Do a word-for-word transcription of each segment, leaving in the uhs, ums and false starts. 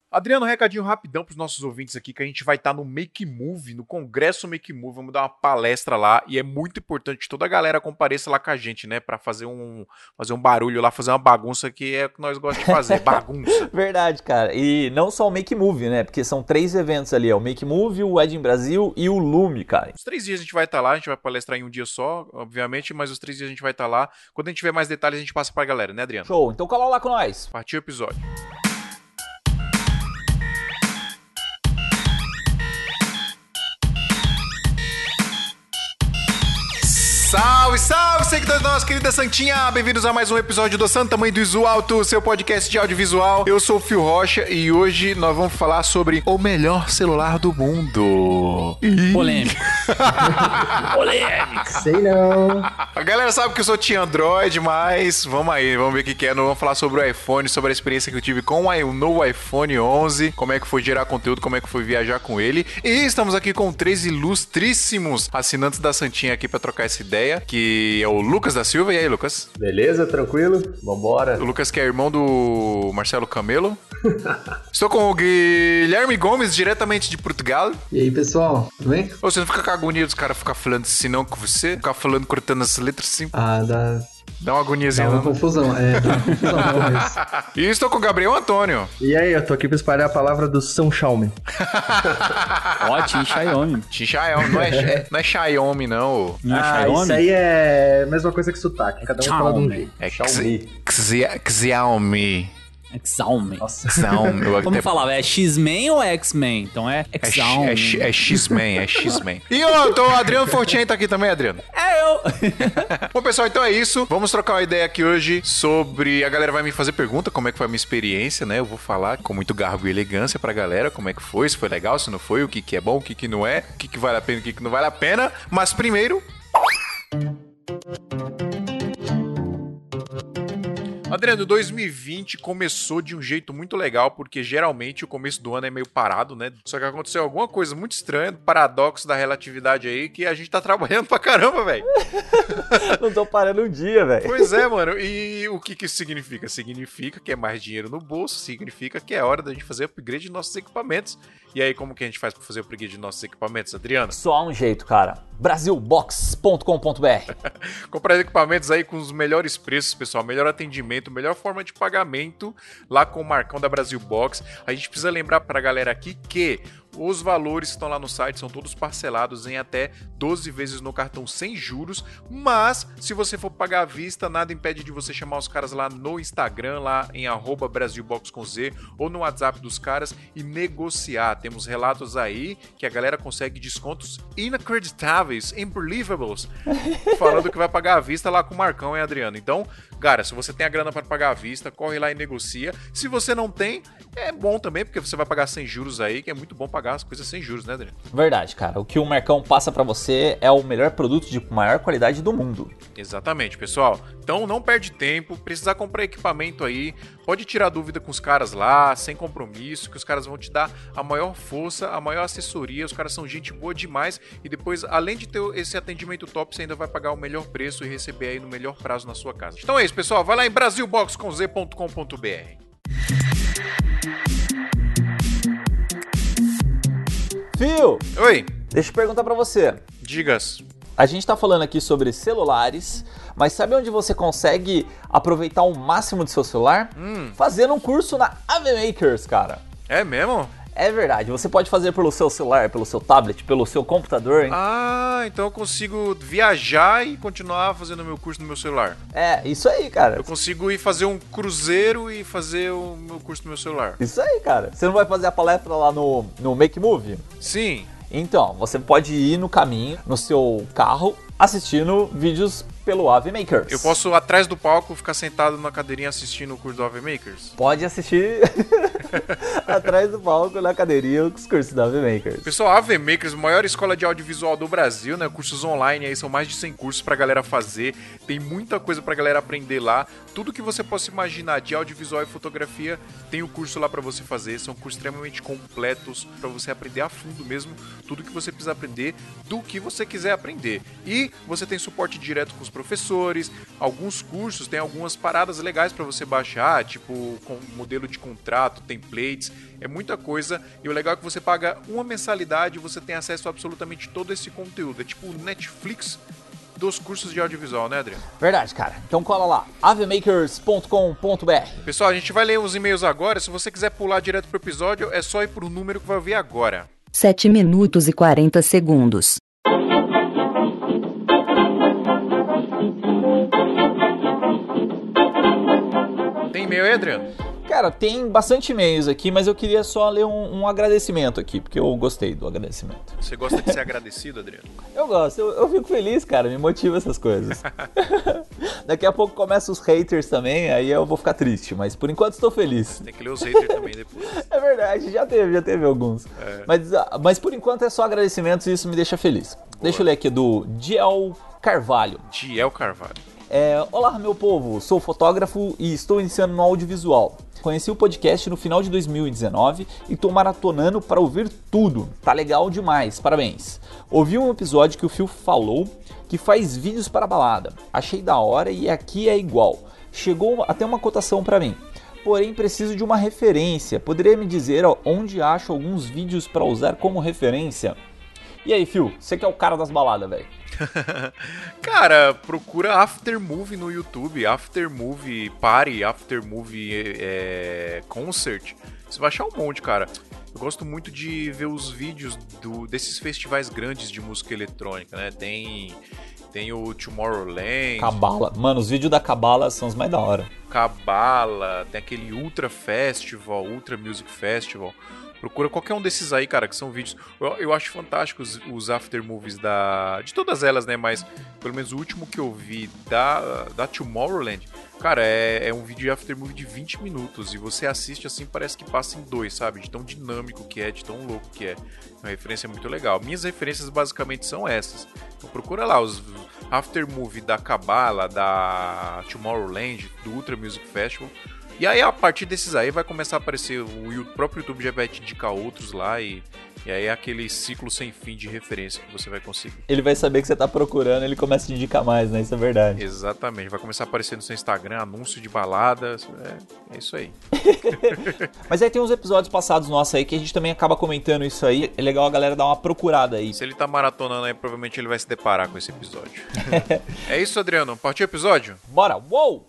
Adriano, um recadinho rapidão pros nossos ouvintes aqui, que a gente vai estar no Make Move, no Congresso Make Move, vamos dar uma palestra lá, e é muito importante que toda a galera compareça lá com a gente, né, pra fazer um, fazer um barulho lá, fazer uma bagunça, que é o que nós gostamos de fazer, bagunça. Verdade, cara, e não só o Make Move, né, porque são três eventos ali, é o Make Move, o Ed em Brasil e o Lume, cara. Os três dias a gente vai estar lá, a gente vai palestrar em um dia só, obviamente, mas os três dias a gente vai estar lá. Quando a gente tiver mais detalhes, a gente passa pra galera, né, Adriano? Show, então cola lá com nós. Partiu o episódio. Salve, salve, seguidores da nossa querida Santinha! Bem-vindos a mais um episódio do Santa Mãe do Isu Alto, seu podcast de audiovisual. Eu sou o Fio Rocha e hoje nós vamos falar sobre o melhor celular do mundo. Polêmico. Polêmico. Sei não. A galera sabe que eu sou Team Android, mas vamos aí, vamos ver o que que é. Nós vamos falar sobre o iPhone, sobre a experiência que eu tive com o novo iPhone onze, como é que foi gerar conteúdo, como é que foi viajar com ele. E estamos aqui com três ilustríssimos assinantes da Santinha aqui pra trocar essa ideia, que é o Lucas da Silva. E aí, Lucas? Beleza, tranquilo? Vambora. O Lucas que é irmão do Marcelo Camelo. Estou com o Guilherme Gomes, diretamente de Portugal. E aí, pessoal, tudo bem? Ou você não fica com a agonia dos caras ficar falando assim não com você? Ficar falando, cortando as letras assim? Ah, dá... Dá uma agoniazinha, Dá uma não? confusão, é, dá uma confusão no começo. E estou com o Gabriel Antônio. E aí, eu tô aqui pra espalhar a palavra do São Xiaomi. Ó, Tim Xiaomi. Tim Xiaomi, não é, é, não é Xiaomi, não. Não é Ah, Xiaomi? isso aí é a mesma coisa que sotaque, cada um fala de um jeito. É Xiaomi. Xi- Xiaomi. É Xiaomi. Nossa. Xiaomi. Eu Como até- falava, é X-Men ou X-Men? Então é É, X- Xiaomi. é, X- é X-Men, é X-Men. E ó, tô, o Adriano Fortin tá aqui também, Adriano. É eu. Bom, pessoal, então é isso. Vamos trocar uma ideia aqui hoje sobre... A galera vai me fazer pergunta, como é que foi a minha experiência, né? Eu vou falar com muito garbo e elegância pra galera, como é que foi, se foi legal, se não foi, o que que é bom, o que que não é, o que que vale a pena, o que que não vale a pena. Mas primeiro... Adriano, dois mil e vinte começou de um jeito muito legal, porque geralmente o começo do ano é meio parado, né? Só que aconteceu alguma coisa muito estranha, paradoxo da relatividade aí, que a gente tá trabalhando pra caramba, velho. Não tô parando um dia, velho. Pois é, mano. E o que que isso significa? Significa que é mais dinheiro no bolso, significa que é hora da gente fazer upgrade de nossos equipamentos. E aí, como que a gente faz pra fazer upgrade de nossos equipamentos, Adriano? Só há um jeito, cara. brasilbox ponto com ponto b r. Comprar equipamentos aí com os melhores preços, pessoal, melhor atendimento, melhor forma de pagamento lá com o Marcão da Brasil Box. A gente precisa lembrar pra galera aqui que os valores que estão lá no site são todos parcelados em até doze vezes no cartão sem juros, mas se você for pagar à vista, nada impede de você chamar os caras lá no Instagram, lá em arroba brasilbox com Z, ou no WhatsApp dos caras e negociar. Temos relatos aí que a galera consegue descontos inacreditáveis, unbelievables, falando que vai pagar à vista lá com o Marcão e Adriano. Então, cara, se você tem a grana para pagar à vista, corre lá e negocia. Se você não tem, é bom também, porque você vai pagar sem juros aí, que é muito bom pagar as coisas sem juros, né, Adriano? Verdade, cara. O que o Marcão passa pra você é o melhor produto de maior qualidade do mundo. Exatamente, pessoal. Então não perde tempo, precisar comprar equipamento aí, pode tirar dúvida com os caras lá, sem compromisso, que os caras vão te dar a maior força, a maior assessoria, os caras são gente boa demais e depois, além de ter esse atendimento top, você ainda vai pagar o melhor preço e receber aí no melhor prazo na sua casa. Então é isso, pessoal, vai lá em brasilbox com z ponto com ponto b r. Fio, Oi, deixa eu perguntar pra você. digas. A gente tá falando aqui sobre celulares, mas sabe onde você consegue aproveitar o máximo do seu celular? Hum. Fazendo um curso na A V Makers, cara. É mesmo? É verdade, você pode fazer pelo seu celular, pelo seu tablet, pelo seu computador, hein? Ah, então eu consigo viajar e continuar fazendo meu curso no meu celular. É, isso aí, cara. Eu consigo ir fazer um cruzeiro e fazer o meu curso no meu celular. Isso aí, cara. Você não vai fazer a palestra lá no, no Make Move? Sim. Então, você pode ir no caminho, no seu carro, assistindo vídeos pelo A V Makers. Eu posso, atrás do palco, ficar sentado na cadeirinha assistindo o curso do A V Makers? Pode assistir atrás do palco, na cadeirinha, os cursos da A V Makers. Pessoal, a A V Makers, a maior escola de audiovisual do Brasil, né? Cursos online aí, são mais de cem cursos pra galera fazer. Tem muita coisa pra galera aprender lá. Tudo que você possa imaginar de audiovisual e fotografia, tem o curso lá pra você fazer. São cursos extremamente completos pra você aprender a fundo mesmo tudo que você precisa aprender do que você quiser aprender. E você tem suporte direto com os professores. Alguns cursos tem algumas paradas legais pra você baixar, tipo com modelo de contrato, tem templates, é muita coisa. E o legal é que você paga uma mensalidade e você tem acesso a absolutamente todo esse conteúdo. É tipo o Netflix dos cursos de audiovisual, né, Adriano? Verdade, cara. Então cola lá, avemakers ponto com ponto b r. Pessoal, a gente vai ler os e-mails agora. Se você quiser pular direto pro episódio, é só ir pro número que vai ouvir agora. sete minutos e quarenta segundos. Tem e-mail aí, Adriano? Cara, tem bastante e-mails aqui, mas eu queria só ler um, um agradecimento aqui, porque eu gostei do agradecimento. Você gosta de ser agradecido, Adriano? Eu gosto, eu, eu fico feliz, cara, me motiva essas coisas. Daqui a pouco começam os haters também, aí eu vou ficar triste, mas por enquanto estou feliz. Tem que ler os haters também depois. É verdade, já teve, já teve alguns. É. Mas, mas por enquanto é só agradecimentos e isso me deixa feliz. Boa. Deixa eu ler aqui do Diel Carvalho. Diel Carvalho. É, olá, meu povo, sou fotógrafo e estou iniciando no audiovisual. Conheci o podcast no final de dois mil e dezenove e tô maratonando para ouvir tudo. Tá legal demais, parabéns. Ouvi um episódio que o Phil falou que faz vídeos para balada. Achei da hora e aqui é igual. Chegou até uma cotação para mim. Porém, preciso de uma referência. Poderia me dizer onde acho alguns vídeos para usar como referência? E aí, Phil, você que é o cara das baladas, velho? Cara, procura Aftermovie no YouTube, Aftermovie Party, Aftermovie é, Concert. Você vai achar um monte, cara. Eu gosto muito de ver os vídeos do, desses festivais grandes de música eletrônica, né? Tem, tem o Tomorrowland. Cabala. Mano, os vídeos da Cabala são os mais da hora. Cabala, tem aquele Ultra Festival, Ultra Music Festival. Procura qualquer um desses aí, cara, que são vídeos... Eu, eu acho fantásticos os, os aftermovies da... de todas elas, né? Mas, pelo menos o último que eu vi da, da Tomorrowland, cara, é, é um vídeo de aftermovie de vinte minutos. E você assiste assim, parece que passa em dois, sabe? De tão dinâmico que é, de tão louco que é. Uma referência muito legal. Minhas referências, basicamente, são essas. Então procura lá, os aftermovie da Cabala, da Tomorrowland, do Ultra Music Festival... E aí, a partir desses aí, vai começar a aparecer, o próprio YouTube já vai te indicar outros lá e, e aí é aquele ciclo sem fim de referência que você vai conseguir. Ele vai saber que você tá procurando, ele começa a te indicar mais, né? Isso é verdade. Exatamente, vai começar a aparecer no seu Instagram, anúncio de baladas, é, é isso aí. Mas aí tem uns episódios passados nossos aí que a gente também acaba comentando isso aí, é legal a galera dar uma procurada aí. Se ele tá maratonando aí, provavelmente ele vai se deparar com esse episódio. É isso, Adriano, partiu o episódio? Bora, uou!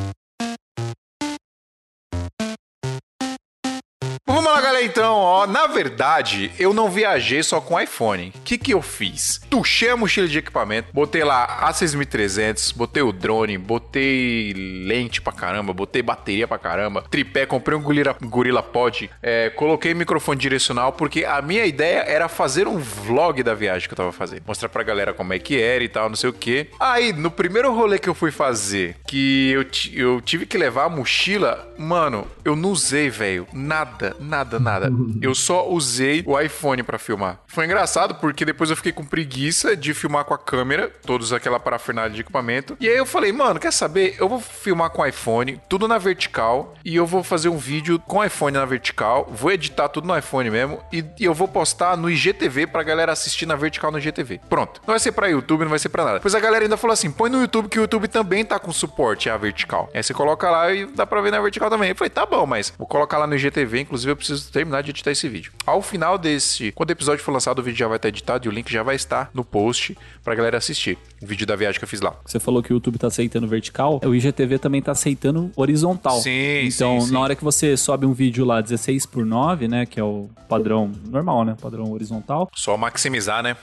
Vamos lá, galera, então, ó, na verdade, eu não viajei só com iPhone. O que que eu fiz? Tuchei a mochila de equipamento, botei lá A seis mil e trezentos, botei o drone, botei lente pra caramba, botei bateria pra caramba, tripé, comprei um Gorilla, Gorilla Pod, é, coloquei microfone direcional, porque a minha ideia era fazer um vlog da viagem que eu tava fazendo. Mostrar pra galera como é que era e tal, não sei o que. Aí, no primeiro rolê que eu fui fazer, que eu, eu tive que levar a mochila, mano, eu não usei, velho, nada, nada, nada. Eu só usei o iPhone pra filmar. Foi engraçado porque depois eu fiquei com preguiça de filmar com a câmera, todos aquela parafernália de equipamento. E aí eu falei, mano, quer saber? Eu vou filmar com o iPhone, tudo na vertical, e eu vou fazer um vídeo com o iPhone na vertical, vou editar tudo no iPhone mesmo, e, e eu vou postar no I G T V pra galera assistir na vertical no I G T V. Pronto. Não vai ser pra YouTube, não vai ser pra nada. Depois a galera ainda falou assim, põe no YouTube que o YouTube também tá com suporte à vertical. Aí você coloca lá e dá pra ver na vertical também. Eu falei, tá bom, mas vou colocar lá no I G T V, inclusive eu preciso terminar de editar esse vídeo. Ao final desse, quando o episódio for lançado, o vídeo já vai estar editado e o link já vai estar no post pra galera assistir o vídeo da viagem que eu fiz lá. Você falou que o YouTube tá aceitando vertical, o I G T V também tá aceitando horizontal. Sim, então, sim, sim. na hora que você sobe um vídeo lá dezesseis por nove, né, que é o padrão normal, né, padrão horizontal. Só maximizar, né?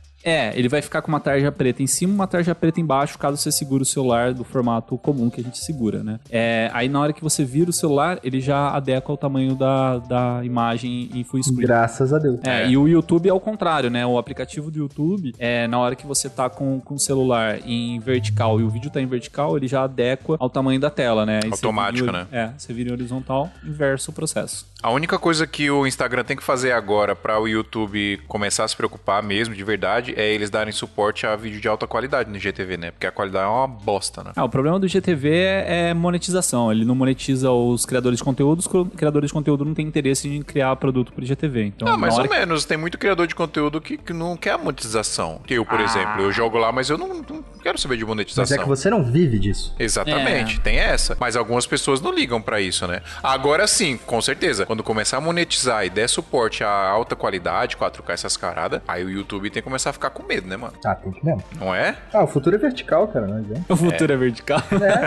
É, ele vai ficar com uma tarja preta em cima e uma tarja preta embaixo, caso você segure o celular do formato comum que a gente segura, né? É, aí na hora que você vira o celular, ele já adequa ao tamanho da, da imagem em full screen. Graças a Deus. É, É. E o YouTube é o contrário, né? O aplicativo do YouTube, é, na hora que você tá com, com o celular em vertical e o vídeo tá em vertical, ele já adequa ao tamanho da tela, né? Aí você Automático, vira- né? É, você vira em horizontal, inverso o processo. A única coisa que o Instagram tem que fazer agora pra o YouTube começar a se preocupar mesmo, de verdade, é eles darem suporte a vídeo de alta qualidade no I G T V, né? Porque a qualidade é uma bosta, né? Ah, o problema do I G T V é, é monetização. Ele não monetiza os criadores de conteúdo, os criadores de conteúdo não têm interesse em criar produto pro I G T V. Então, Ah, na mais ou hora que- menos. Tem muito criador de conteúdo que, que não quer a monetização. Eu, por exemplo, eu jogo lá, mas eu não, não quero saber de Mas monetização. é que você não vive disso. Exatamente, É. tem essa. Mas algumas pessoas não ligam pra isso, né? Agora sim, com certeza, quando começar a monetizar e der suporte a alta qualidade, quatro K, essas caradas, aí o YouTube tem que começar a ficar com medo, né, mano? Ah, tem que mesmo. Não é? Ah, o futuro é vertical, cara, não adianta. O futuro é, vertical.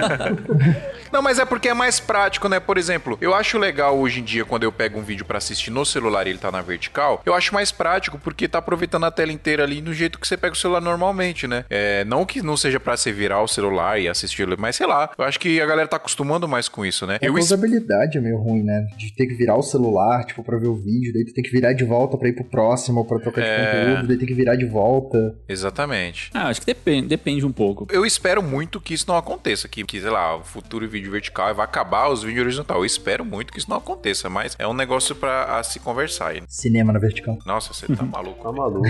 Não, mas é porque é mais prático, né? Por exemplo, eu acho legal hoje em dia, quando eu pego um vídeo pra assistir no celular e ele tá na vertical, eu acho mais prático porque tá aproveitando a tela inteira ali no jeito que você pega o celular normalmente, né? É, não que não seja pra você virar o celular e assistir, mas sei lá, eu acho que a galera tá acostumando mais com isso, né? A Eu es- usabilidade é meio ruim, né? De ter que virar o celular, tipo, pra ver o vídeo, daí tu tem que virar de volta pra ir pro próximo, pra trocar de É. conteúdo, daí tem que virar de volta. Exatamente. Ah, acho que depende, depende um pouco. Eu espero muito que isso não aconteça, que, que sei lá, o futuro vídeo vertical vai acabar os vídeos horizontal. Eu espero muito que isso não aconteça, mas é um negócio pra a se conversar aí. Cinema na vertical. Nossa, você tá maluco. Tá maluco.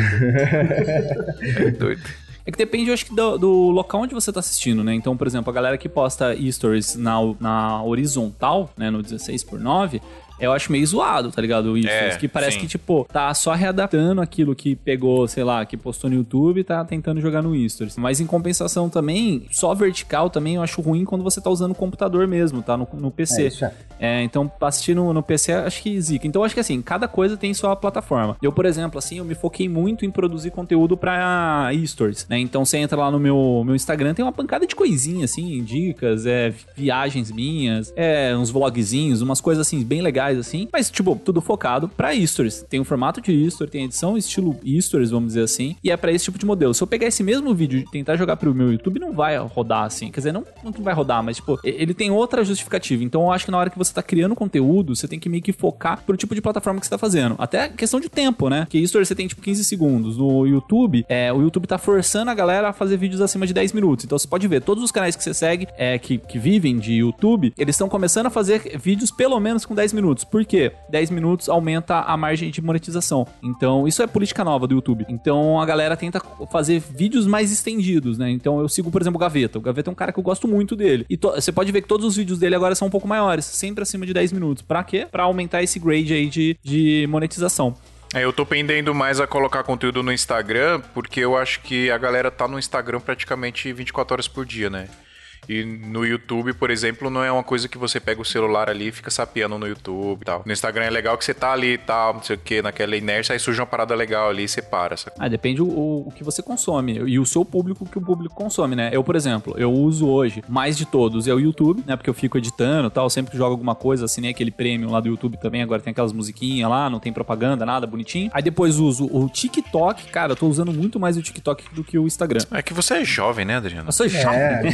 É doido. É que depende, eu acho que do, do local onde você tá assistindo, né? Então, por exemplo, a galera que posta stories na, na horizontal, né, no dezesseis por nove, eu acho meio zoado, tá ligado? Isso, É, que parece sim. que, tipo, tá só readaptando aquilo que pegou, sei lá, que postou no YouTube e tá tentando jogar no Stories. Mas em compensação também, só vertical também eu acho ruim quando você tá usando o computador mesmo, tá? No, no P C. É, isso é. É, então, pra assistir no, no P C, acho que zica. Então, acho que assim, cada coisa tem sua plataforma. Eu, por exemplo, assim, eu me foquei muito em produzir conteúdo pra e-stories, né? Então, você entra lá no meu, meu Instagram, tem uma pancada de coisinha, assim, dicas, é, viagens minhas, é, uns vlogzinhos, umas coisas, assim, bem legais, assim. Mas, tipo, tudo focado pra e-stories. Tem um formato de e-story, tem edição estilo e-stories, vamos dizer assim, e é pra esse tipo de modelo. Se eu pegar esse mesmo vídeo e tentar jogar pro meu YouTube, não vai rodar, assim. Quer dizer, não, não vai rodar, mas, tipo, ele tem outra justificativa. Então, eu acho que na hora que você tá criando conteúdo, você tem que meio que focar pro tipo de plataforma que você tá fazendo. Até questão de tempo, né? Porque e-stories você tem, tipo, quinze segundos. No YouTube, é, o YouTube tá forçando a galera a fazer vídeos acima de dez minutos. Então, você pode ver, todos os canais que você segue, é, que, que vivem de YouTube, eles estão começando a fazer vídeos pelo menos com dez minutos. Por quê? dez minutos aumenta a margem de monetização. Então, isso é política nova do YouTube. Então, a galera tenta fazer vídeos mais estendidos, né? Então, eu sigo, por exemplo, o Gaveta. O Gaveta é um cara que eu gosto muito dele. E to- você pode ver que todos os vídeos dele agora são um pouco maiores, sempre acima de dez minutos. Pra quê? Pra aumentar esse grade aí de, de monetização. É, eu tô pendendo mais a colocar conteúdo no Instagram, porque eu acho que a galera tá no Instagram praticamente vinte e quatro horas por dia, né? E no YouTube, por exemplo, não é uma coisa que você pega o celular ali e fica sapeando no YouTube e tal. No Instagram é legal que você tá ali e tal, não sei o que, naquela inércia, aí surge uma parada legal ali e você para, sabe? Ah, depende o, o, o que você consome e o seu público que o público consome, né? Eu, por exemplo, eu uso hoje, mais de todos, é o YouTube, né? Porque eu fico editando e tal, sempre que jogo alguma coisa, assinei aquele premium lá do YouTube também, agora tem aquelas musiquinhas lá, não tem propaganda, nada, bonitinho. Aí depois uso o TikTok, cara, eu tô usando muito mais o TikTok do que o Instagram. É que você é jovem, né, Adriano? Eu sou chato.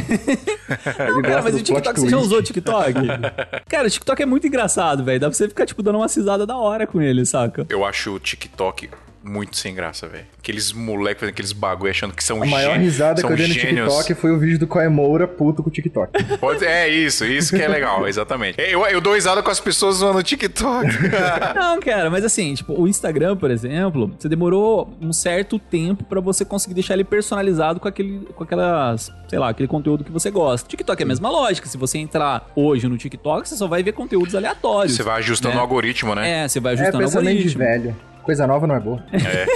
É, Não, cara, mas do o TikTok, plot você já twist. usou o TikTok? Cara, o TikTok é muito engraçado, velho. Dá pra você ficar, tipo, dando uma cisada da hora com ele, saca? Eu acho o TikTok muito sem graça, velho. Aqueles moleques fazendo aqueles bagulho achando que são A maior gê- risada que são eu dei no gênios. TikTok foi o vídeo do Coemoura puto com o TikTok. Pode, é isso, isso que é legal, exatamente. Eu, eu dou risada com as pessoas zoando o TikTok. Não, cara, mas assim, tipo, o Instagram, por exemplo, você demorou um certo tempo pra você conseguir deixar ele personalizado com aquele, com aquelas, sei lá, aquele conteúdo que você gosta. TikTok é a mesma lógica. Se você entrar hoje no TikTok, você só vai ver conteúdos aleatórios. Você vai ajustando né? o algoritmo, né? É, você vai É ajustando o pensamento de algoritmo. velho. Coisa nova não é boa.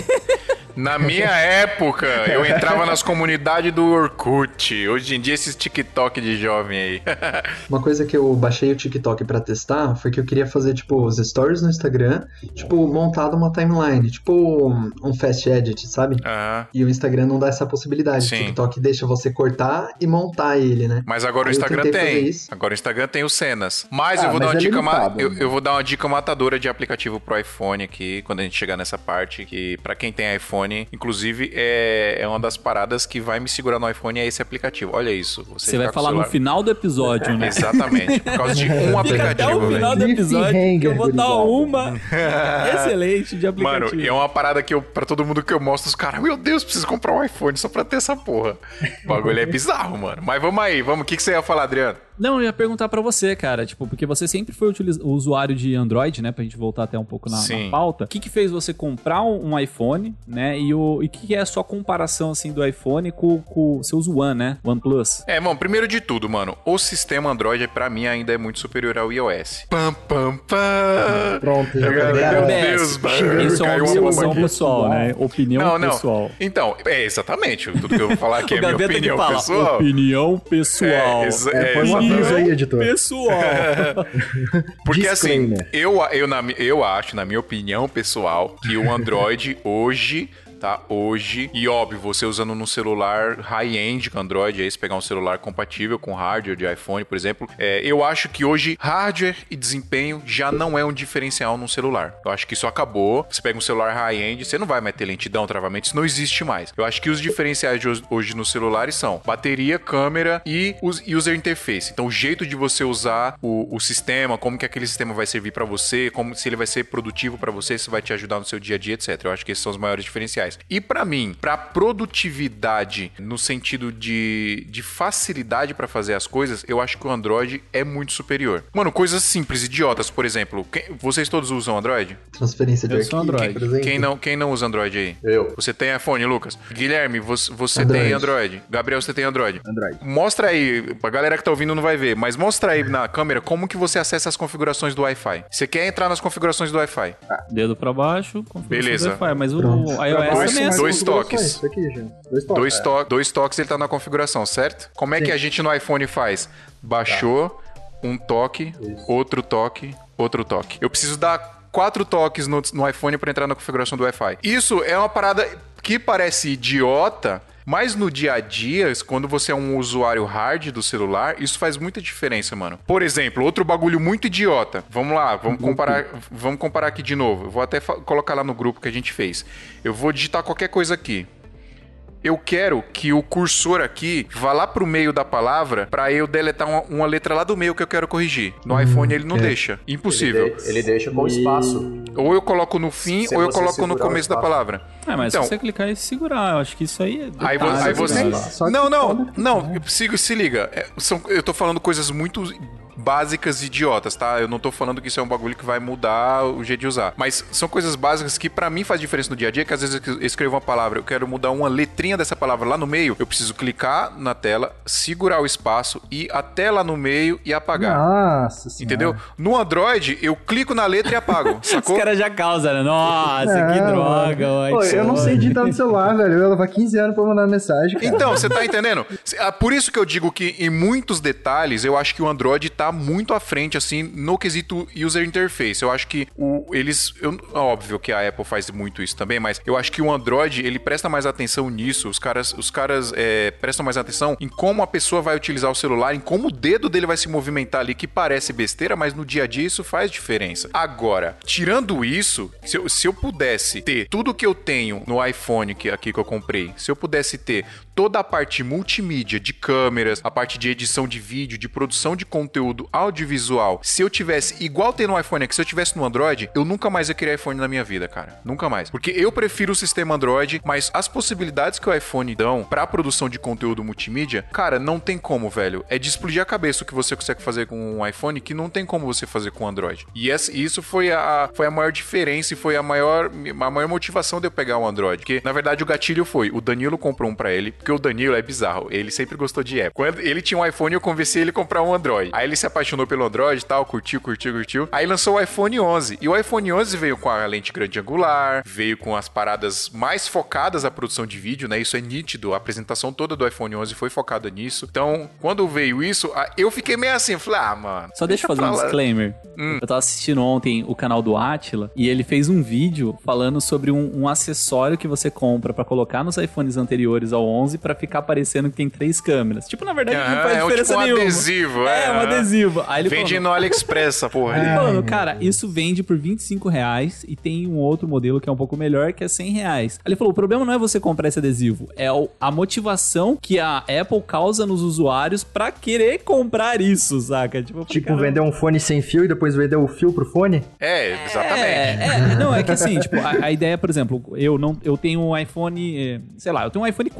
Na minha época, eu entrava nas comunidades do Orkut. Hoje em dia, esses TikTok de jovem aí. Uma coisa que eu baixei o TikTok pra testar foi que eu queria fazer, tipo, os stories no Instagram, tipo, montado uma timeline, tipo um, um fast edit, sabe? Aham. E o Instagram não dá essa possibilidade. Sim. O TikTok deixa você cortar e montar ele, né? Mas agora o Aí eu Instagram tentei fazer tem. isso. Agora o Instagram tem os cenas. Mas Ah, eu vou mas dar uma é dica ma- limitado, eu, né? eu vou dar uma dica matadora de aplicativo pro iPhone aqui, quando a gente chegar nessa parte, que pra quem tem iPhone, inclusive é, é uma das paradas que vai me segurar no iPhone é esse aplicativo. Olha isso. Você ficar vai com o falar no celular- final do episódio, né? Exatamente. Por causa de um Fica até o aplicativo, final velho. do episódio que eu vou dar Cliffhanger, uma excelente de Mano, aplicativo. e é uma parada que eu, pra todo mundo que eu mostro, os caras, meu Deus, preciso comprar um iPhone só pra ter essa porra. O bagulho é bizarro, mano. Mas vamos aí, vamos. O que, que você ia falar, Adriano? Não, eu ia perguntar pra você, cara, tipo, porque você sempre foi utiliz... o usuário de Android, né, pra gente voltar até um pouco na, na pauta. O que que fez você comprar um, um iPhone, né, e o e que, que é a sua comparação, assim, do iPhone com, com seus One, né, OnePlus? É, bom, primeiro de tudo, mano, o sistema Android, pra mim, ainda é muito superior ao iOS. Pam, pam, pam. Pronto, já Meu Deus, mano. Isso é uma observação pessoal, né, opinião não, não. pessoal. Então, é exatamente, tudo que eu vou falar aqui é minha Gaveta opinião que fala, pessoal. Opinião pessoal. É, exa- É, é, põe uma exatamente. brisa aí, editor. Pessoal. Porque assim, Disclaimer. eu, eu, na, eu acho, na minha opinião pessoal, que o Android hoje, tá? Hoje, e óbvio, você usando num celular high-end com Android, aí se pegar um celular compatível com hardware de iPhone, por exemplo, é, eu acho que hoje hardware e desempenho já não é um diferencial num celular. Eu acho que isso acabou. Você pega um celular high-end, você não vai mais ter lentidão, travamento, isso não existe mais. Eu acho que os diferenciais de hoje, hoje nos celulares são bateria, câmera e user interface. Então, o jeito de você usar o, o sistema, como que aquele sistema vai servir pra você, como se ele vai ser produtivo pra você, se vai te ajudar no seu dia a dia, etcétera. Eu acho que esses são os maiores diferenciais. E pra mim, pra produtividade no sentido de, de facilidade pra fazer as coisas, eu acho que o Android é muito superior. Mano, coisas simples, idiotas, por exemplo. Quem, vocês todos usam Android? Transferência de Eu sou arquivo, Android. por exemplo. Quem não, quem não usa Android aí? Eu. Você tem iPhone, Lucas? Guilherme, você, você Android. tem Android? Gabriel, você tem Android? Android. Mostra aí, a galera que tá ouvindo não vai ver, mas mostra aí na câmera como que você acessa as configurações do Wi-Fi. Você quer entrar nas configurações do Wi-Fi? Dedo pra baixo, configuração Beleza. do Wi-Fi, mas o Pronto. iOS Dois- também é assim. dois toques. Isso aqui, gente. Dois toques. Dois, to dois toques ele tá na configuração, certo? Como é que a gente no iPhone faz? Baixou, um toque, outro toque, outro toque. Eu preciso dar quatro toques no, no iPhone para entrar na configuração do Wi-Fi. Isso é uma parada que parece idiota, mas no dia a dia, quando você é um usuário hard do celular, isso faz muita diferença, mano. Por exemplo, outro bagulho muito idiota. Vamos lá, vamos comparar, vamos comparar aqui de novo. Eu vou até colocar lá no grupo que a gente fez. Eu vou digitar qualquer coisa aqui. Eu quero que o cursor aqui vá lá pro meio da palavra pra eu deletar uma, uma letra lá do meio que eu quero corrigir. No hum, iPhone ele não é. deixa. Impossível. Ele, de, ele deixa com espaço. Ou eu coloco no fim, se ou eu coloco no começo da palavra. É, mas então, se você clicar e segurar, eu acho que isso aí é... Aí, vo aí você... Só Não, não, pode... não. Se, se liga. É, são, eu tô falando coisas muito básicas e idiotas, tá? Eu não tô falando que isso é um bagulho que vai mudar o jeito de usar. Mas são coisas básicas que pra mim faz diferença no dia a dia, que às vezes eu escrevo uma palavra, eu quero mudar uma letrinha dessa palavra lá no meio, eu preciso clicar na tela, segurar o espaço, ir até lá no meio e apagar. Nossa senhora. Entendeu? No Android, eu clico na letra e apago, sacou? Os caras já causam, né? Nossa, Não, que droga. Pô, eu não sei digitar no celular, velho. Eu ia levar quinze anos pra mandar mensagem, cara. Então, você tá entendendo? Por isso que eu digo que em muitos detalhes, eu acho que o Android tá muito à frente, assim, no quesito user interface. Eu acho que o, eles... Eu, óbvio que a Apple faz muito isso também, mas eu acho que o Android, ele presta mais atenção nisso. Os caras, os caras é, prestam mais atenção em como a pessoa vai utilizar o celular, em como o dedo dele vai se movimentar ali, que parece besteira, mas no dia a dia isso faz diferença. Agora, tirando isso, se eu, se eu pudesse ter tudo que eu tenho no iPhone que, aqui que eu comprei, se eu pudesse ter toda a parte multimídia de câmeras, a parte de edição de vídeo, de produção de conteúdo audiovisual, se eu tivesse igual tem no iPhone aqui, se eu tivesse no Android, eu nunca mais ia querer iPhone na minha vida, cara. Nunca mais. Porque eu prefiro o sistema Android, mas as possibilidades que o iPhone dão pra produção de conteúdo multimídia, cara, não tem como, velho. É de explodir a cabeça o que você consegue fazer com um iPhone que não tem como você fazer com o Android. E essa, isso foi a, foi a maior diferença e foi a maior, a maior motivação de eu pegar o Android. Porque, na verdade, o gatilho foi, o Danilo comprou um pra ele, porque o Danilo é bizarro, ele sempre gostou de Apple. Quando ele tinha um iPhone, eu conversei ele a comprar um Android. Aí ele se apaixonou pelo Android e tal, curtiu, curtiu, curtiu. Aí lançou o iPhone onze. E o iPhone onze veio com a lente grande angular, veio com as paradas mais focadas à produção de vídeo, né? Isso é nítido. A apresentação toda do iPhone onze foi focada nisso. Então, quando veio isso, eu fiquei meio assim, eu falei, ah, mano... Só deixa eu fazer um disclaimer. Hum. Eu tava assistindo ontem o canal do Átila e ele fez um vídeo falando sobre um, um acessório que você compra pra colocar nos iPhones anteriores ao onze pra ficar parecendo que tem três câmeras. Tipo, na verdade, ah, não faz é diferença tipo um nenhuma. adesivo. É, é um adesivo. Aí ele vende falou, no AliExpress essa porra. Ele falando, cara, isso vende por vinte e cinco reais e tem um outro modelo que é um pouco melhor, que é cem reais. Aí ele falou, o problema não é você comprar esse adesivo, é a motivação que a Apple causa nos usuários pra querer comprar isso, saca? Tipo, tipo cara... vender um fone sem fio e depois vender o fio pro fone? É, exatamente. É, é, não, é que assim, tipo, a, a ideia, por exemplo, eu não, eu tenho um iPhone, sei lá, eu tenho um iPhone quatro aqui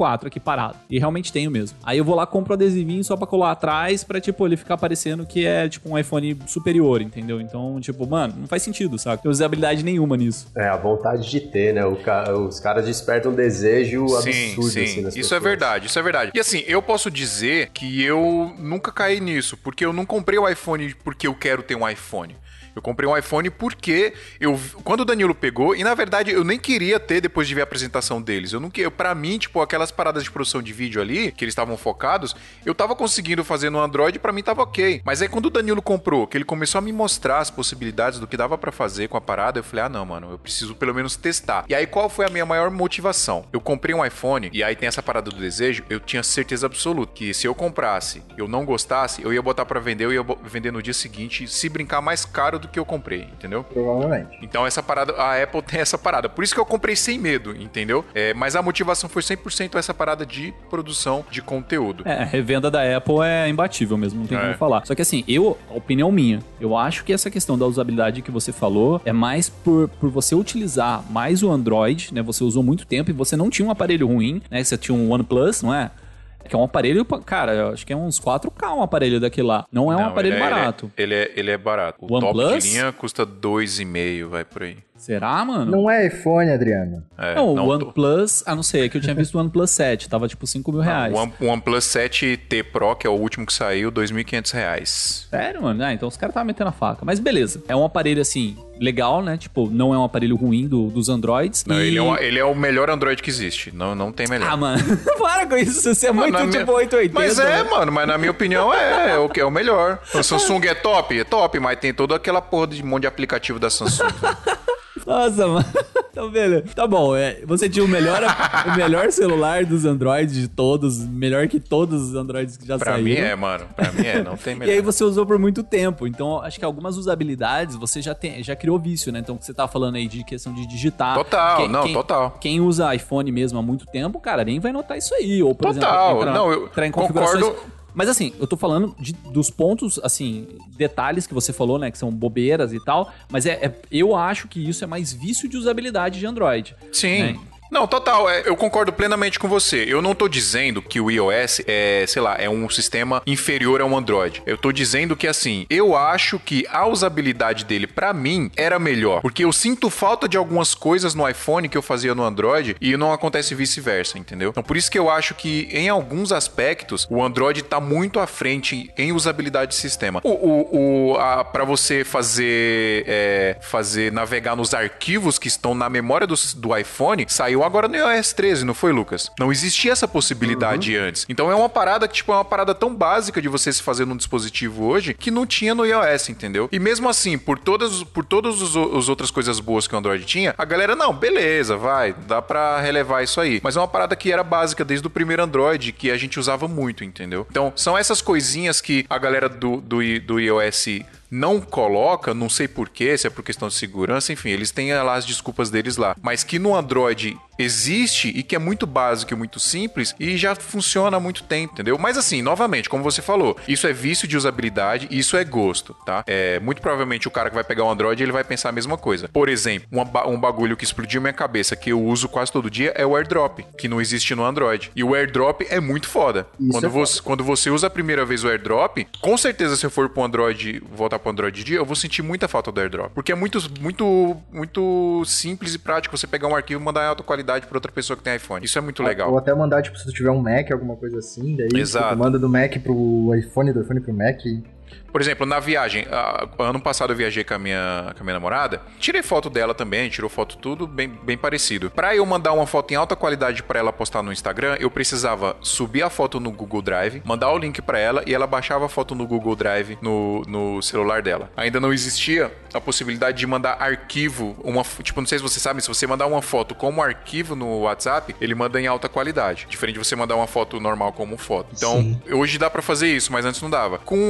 parado. E realmente tenho mesmo. Aí eu vou lá, compro o adesivinho só pra colar atrás, pra, tipo, ele ficar parecendo que é, tipo, um iPhone superior, entendeu? Então, tipo, mano, não faz sentido, sabe? Não tem usabilidade nenhuma nisso. É, a vontade de ter, né? O ca... Os caras despertam um desejo sim, absurdo, sim. assim, nas Isso pessoas. é verdade, isso é verdade. E assim, eu posso dizer que eu nunca caí nisso, porque eu não comprei o iPhone porque eu quero ter um iPhone. Eu comprei um iPhone porque eu, quando o Danilo pegou, e na verdade eu nem queria ter depois de ver a apresentação deles. Eu não queria, pra mim, tipo, aquelas paradas de produção de vídeo ali, que eles estavam focados, eu tava conseguindo fazer no Android e pra mim tava ok. Mas aí quando o Danilo comprou, que ele começou a me mostrar as possibilidades do que dava pra fazer com a parada, eu falei, ah não, mano, eu preciso pelo menos testar. E aí qual foi a minha maior motivação? Eu comprei um iPhone, e aí tem essa parada do desejo, eu tinha certeza absoluta que se eu comprasse, eu não gostasse, eu ia botar pra vender, eu ia vender no dia seguinte, se brincar mais caro do que eu comprei, entendeu? Provavelmente. Então essa parada, a Apple tem essa parada. Por isso que eu comprei sem medo, entendeu? É, mas a motivação foi cem por cento essa parada de produção de conteúdo. É, a revenda da Apple é imbatível mesmo, não tem É. como falar. Só que assim, eu, a opinião minha, eu acho que essa questão da usabilidade que você falou é mais por, por você utilizar mais o Android, né? Você usou muito tempo e você não tinha um aparelho ruim, né? Você tinha um OnePlus, não é? Que é um aparelho, cara, eu acho que é uns quatro K um aparelho daquele lá. Não é um Não, aparelho ele é- barato. Ele é, ele é, ele é barato. O OnePlus? top de linha custa dois e meio, vai por aí. Será, mano? Não é iPhone, Adriano. É, não, não o tô- OnePlus, ah, não sei, é que eu tinha visto o OnePlus sete, tava tipo cinco mil reais. O One- o OnePlus sete T Pro, que é o último que saiu, dois mil e quinhentos reais. Sério, mano? Ah, então os caras estavam metendo a faca. Mas beleza. É um aparelho, assim, legal, né? Tipo, não é um aparelho ruim do- dos Androids. Não, e... ele, é um- ele é o melhor Android que existe. Não, não tem melhor. Ah, mano, para com isso. Você é muito, Na minha- tipo, oitocentos e oitenta. Mas é, né? mano, mas na minha opinião é, é o que é o melhor. O Samsung é top? É top, mas tem toda aquela porra de monte de aplicativo da Samsung. Nossa, mano. Então, beleza. Tá bom, é, você tinha o melhor, o melhor celular dos Androids de todos, melhor que todos os Androids que já Pra saíram. mim é, mano. Pra mim é, não tem E melhor. aí você usou por muito tempo. Então, acho que algumas usabilidades você já tem, já criou vício, né? Então, você tá falando aí de questão de digitar. Total, não, total. Quem usa iPhone mesmo há muito tempo, cara, nem vai notar isso aí. Ou, por Total, exemplo, entrar, não, eu entrar em configurações... concordo. Mas assim, eu tô falando de, dos pontos, assim, detalhes que você falou, né? Que são bobeiras e tal. Mas é, é- eu acho que isso é mais vício de usabilidade de Android. Sim. né? Não, total, é, eu concordo plenamente com você. Eu não tô dizendo que o iOS é, sei lá, é um sistema inferior ao Android. Eu tô dizendo que, assim, eu acho que a usabilidade dele, pra mim, era melhor. Porque eu sinto falta de algumas coisas no iPhone que eu fazia no Android e não acontece vice-versa, entendeu? Então, por isso que eu acho que, em alguns aspectos, o Android tá muito à frente em usabilidade de sistema. O, o, o, a, pra você fazer, é, fazer navegar nos arquivos que estão na memória do, do iPhone, saiu agora no iOS treze, não foi, Lucas? Não existia essa possibilidade Uhum. antes. Então é uma parada que, tipo, é uma parada tão básica de você se fazer num dispositivo hoje que não tinha no iOS, entendeu? E mesmo assim, por todas, por todas os, os outras coisas boas que o Android tinha, a galera, não, beleza, vai, dá pra relevar isso aí. Mas é uma parada que era básica desde o primeiro Android, que a gente usava muito, entendeu? Então, são essas coisinhas que a galera do, do, do iOS não coloca, não sei porquê, se é por questão de segurança, enfim, eles têm lá as desculpas deles lá. Mas que no Android existe e que é muito básico e muito simples e já funciona há muito tempo, entendeu? Mas assim, novamente, como você falou, isso é vício de usabilidade e isso é gosto, tá? É, muito provavelmente o cara que vai pegar o Android, ele vai pensar a mesma coisa. Por exemplo, uma ba- um bagulho que explodiu minha cabeça, que eu uso quase todo dia, é o AirDrop, que não existe no Android. E o AirDrop é muito foda. Isso Quando, é você, quando você usa a primeira vez o AirDrop, com certeza se eu for pro Android, voltar pro Android dia, eu vou sentir muita falta do AirDrop. Porque é muito, muito, muito simples e prático você pegar um arquivo e mandar em alta qualidade pra outra pessoa que tem iPhone. Isso é muito legal. Ou até mandar, tipo, se tu tiver um Mac, alguma coisa assim, daí Exato. tu manda do Mac pro iPhone, do iPhone pro Mac. Por exemplo, na viagem, ah, ano passado eu viajei com a minha, com a minha namorada, tirei foto dela também, tirou foto tudo bem, bem parecido. Pra eu mandar uma foto em alta qualidade pra ela postar no Instagram, eu precisava subir a foto no Google Drive, mandar o link pra ela e ela baixava a foto no Google Drive no, no celular dela. Ainda não existia a possibilidade de mandar arquivo, uma, tipo, não sei se você sabe, se você mandar uma foto como arquivo no WhatsApp, ele manda em alta qualidade, diferente de você mandar uma foto normal como foto. Então, Sim. hoje dá pra fazer isso, mas antes não dava. Com agora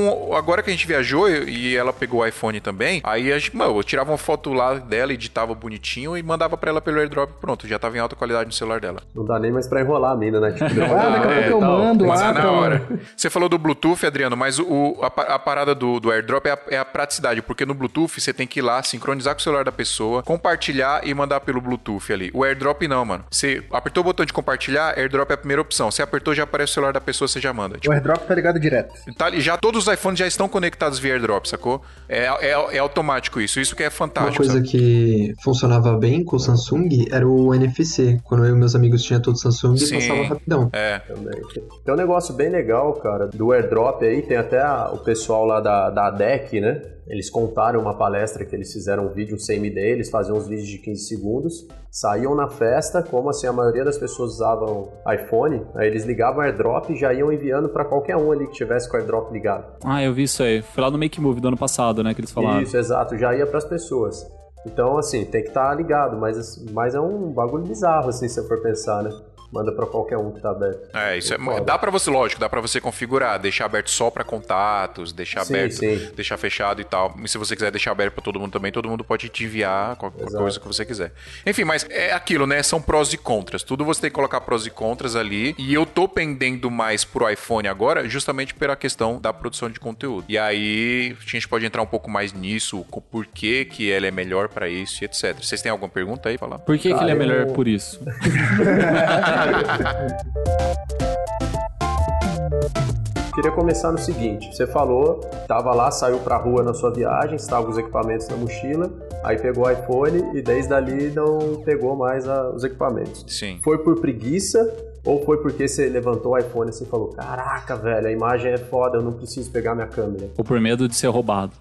agora que a gente viajou e ela pegou o iPhone também, aí a gente, mano, eu tirava uma foto lá dela, editava bonitinho e mandava pra ela pelo AirDrop, pronto, já tava em alta qualidade no celular dela. Não dá nem mais pra enrolar a mina, né? Tipo, Ah, daqui a pouco eu mando, Mas é ah, na tá. hora. Você falou do Bluetooth, Adriano, mas o, a, a parada do, do AirDrop é a, é a praticidade, porque no Bluetooth você tem que ir lá, sincronizar com o celular da pessoa, compartilhar e mandar pelo Bluetooth ali. O AirDrop não, mano. Você apertou o botão de compartilhar, AirDrop é a primeira opção. Você apertou, já aparece o celular da pessoa, você já manda. O Tipo, AirDrop tá ligado direto. tá ali, já todos os iPhones já estão conectados via AirDrop, sacou? É, é, é automático isso. Isso que é Uma fantástico. coisa sabe? que funcionava bem com o Samsung era o N F C. Quando eu e meus amigos tinham todo Samsung, Sim. passava rapidão. É. Também. Tem um negócio bem legal, cara, do AirDrop aí, tem até a- o pessoal lá da, da D E C, né? Eles contaram uma palestra que eles fizeram um vídeo sem M D, eles faziam uns vídeos de quinze segundos, saíam na festa, como assim a maioria das pessoas usavam iPhone, aí eles ligavam o AirDrop e já iam enviando pra qualquer um ali que tivesse com o AirDrop ligado. Ah, eu vi isso aí. Foi lá no Make Move do ano passado, né, que eles falaram. Isso, exato, já ia pras pessoas. Então, assim, tem que estar ligado, mas, mas é um bagulho bizarro, assim, se você for pensar, né? Manda pra qualquer um que tá aberto. É, isso é, Foda. dá pra você, lógico, dá pra você configurar, deixar aberto só pra contatos, deixar Sim, aberto, sim. deixar fechado e tal. E se você quiser deixar aberto pra todo mundo também, todo mundo pode te enviar qualquer Exato. coisa que você quiser. Enfim, mas é aquilo, né? São prós e contras. Tudo você tem que colocar prós e contras ali. E eu tô pendendo mais pro iPhone agora, justamente pela questão da produção de conteúdo. E aí, a gente pode entrar um pouco mais nisso, com por que que ele é melhor pra isso e etcétera. Vocês têm alguma pergunta aí pra falar? Por que, que Ah, ele é eu- melhor por isso? Queria começar no seguinte, você falou, tava lá, saiu pra rua na sua viagem, estava com os equipamentos na mochila, aí pegou o iPhone e desde ali não pegou mais a- os equipamentos. Sim. Foi por preguiça ou foi porque você levantou o iPhone assim e falou, caraca, velho, a imagem é foda, eu não preciso pegar minha câmera. Ou por medo de ser roubado?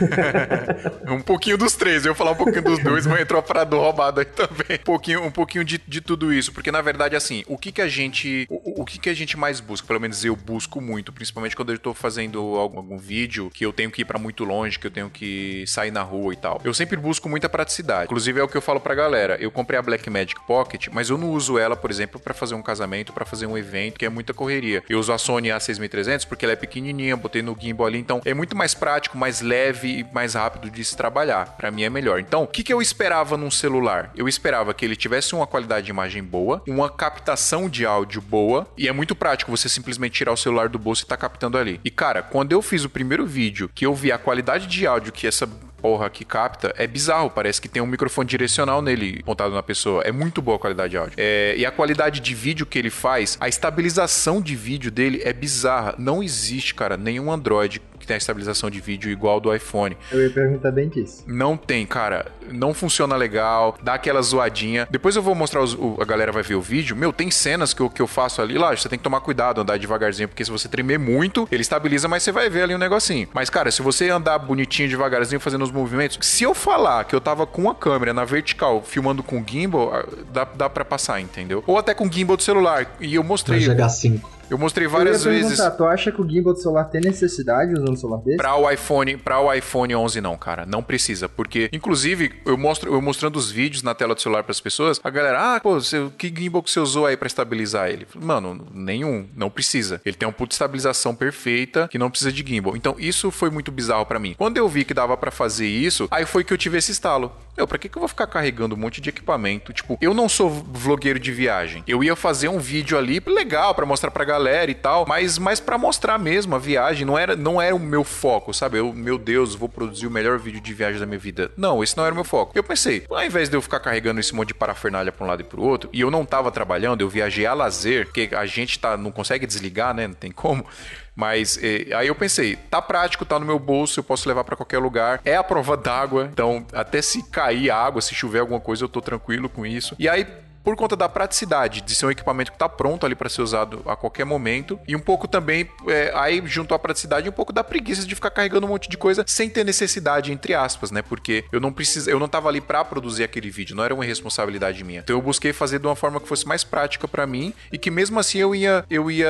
Um pouquinho dos três, eu ia falar um pouquinho dos dois, mas entrou a parada do roubado aí também. Um pouquinho, um pouquinho de, de tudo isso, porque na verdade, assim, o que que a gente, o, o que que a gente mais busca, pelo menos eu busco muito, principalmente quando eu tô fazendo algum, algum vídeo que eu tenho que ir pra muito longe, que eu tenho que sair na rua e tal. Eu sempre busco muita praticidade. Inclusive é o que eu falo pra galera, eu comprei a Blackmagic Pocket, mas eu não uso ela, por exemplo, pra fazer um casamento, pra fazer um evento, que é muita correria. Eu uso a Sony A seis mil e trezentos porque ela é pequenininha, botei no gimbal ali, então é muito mais prático, mais leve e mais rápido de se trabalhar. Pra mim é melhor. Então, o que, que eu esperava num celular? Eu esperava que ele tivesse uma qualidade de imagem boa, uma captação de áudio boa, e é muito prático você simplesmente tirar o celular do bolso e tá captando ali. E cara, quando eu fiz o primeiro vídeo, que eu vi a qualidade de áudio que essa porra que capta, é bizarro, parece que tem um microfone direcional nele montado na pessoa, é muito boa a qualidade de áudio. É, e a qualidade de vídeo que ele faz, a estabilização de vídeo dele é bizarra, não existe, cara, nenhum Android que tem a estabilização de vídeo igual do iPhone. Eu ia perguntar bem disso. Não tem, cara. Não funciona legal. Dá aquela zoadinha. Depois eu vou mostrar, os, o, a galera vai ver o vídeo. Meu, tem cenas que eu, que eu faço ali. Lá, você tem que tomar cuidado, andar devagarzinho, porque se você tremer muito, ele estabiliza, mas você vai ver ali um negocinho. Mas, cara, se você andar bonitinho, devagarzinho, fazendo os movimentos, se eu falar que eu tava com a câmera na vertical, filmando com gimbal, dá, dá pra passar, entendeu? Ou até com gimbal do celular. E eu mostrei... G H cinco. Eu mostrei várias eu ia vezes... perguntar, tu acha que o gimbal do celular tem necessidade usando um celular desse? Pra o iPhone, para o iPhone onze não, cara, não precisa, porque inclusive eu mostro eu mostrando os vídeos na tela do celular pras pessoas, a galera, ah, pô, você, que gimbal que você usou aí pra estabilizar ele? Mano, nenhum, não precisa. Ele tem uma puta estabilização perfeita que não precisa de gimbal. Então isso foi muito bizarro pra mim. Quando eu vi que dava pra fazer isso, aí foi que eu tive esse estalo. Meu, pra que que eu vou ficar carregando um monte de equipamento? Tipo, eu não sou vlogueiro de viagem. Eu ia fazer um vídeo ali legal pra mostrar pra galera e tal, mas mas para mostrar mesmo a viagem, não era não era o meu foco, sabe? Eu, meu Deus, vou produzir o melhor vídeo de viagem da minha vida. Não, esse não era o meu foco. Eu pensei, ao invés de eu ficar carregando esse monte de parafernália pra um lado e pro outro, e eu não tava trabalhando, eu viajei a lazer, porque a gente tá não consegue desligar, né? Não tem como. Mas eh, aí eu pensei, tá prático, tá no meu bolso, eu posso levar pra qualquer lugar. É a prova d'água, então até se cair água, se chover alguma coisa, eu tô tranquilo com isso. E aí, por conta da praticidade de ser um equipamento que tá pronto ali para ser usado a qualquer momento, e um pouco também, é, aí junto à praticidade, um pouco da preguiça de ficar carregando um monte de coisa sem ter necessidade, entre aspas, né? Porque eu não precis... eu não tava ali para produzir aquele vídeo, não era uma responsabilidade minha. Então eu busquei fazer de uma forma que fosse mais prática para mim e que mesmo assim eu ia, eu ia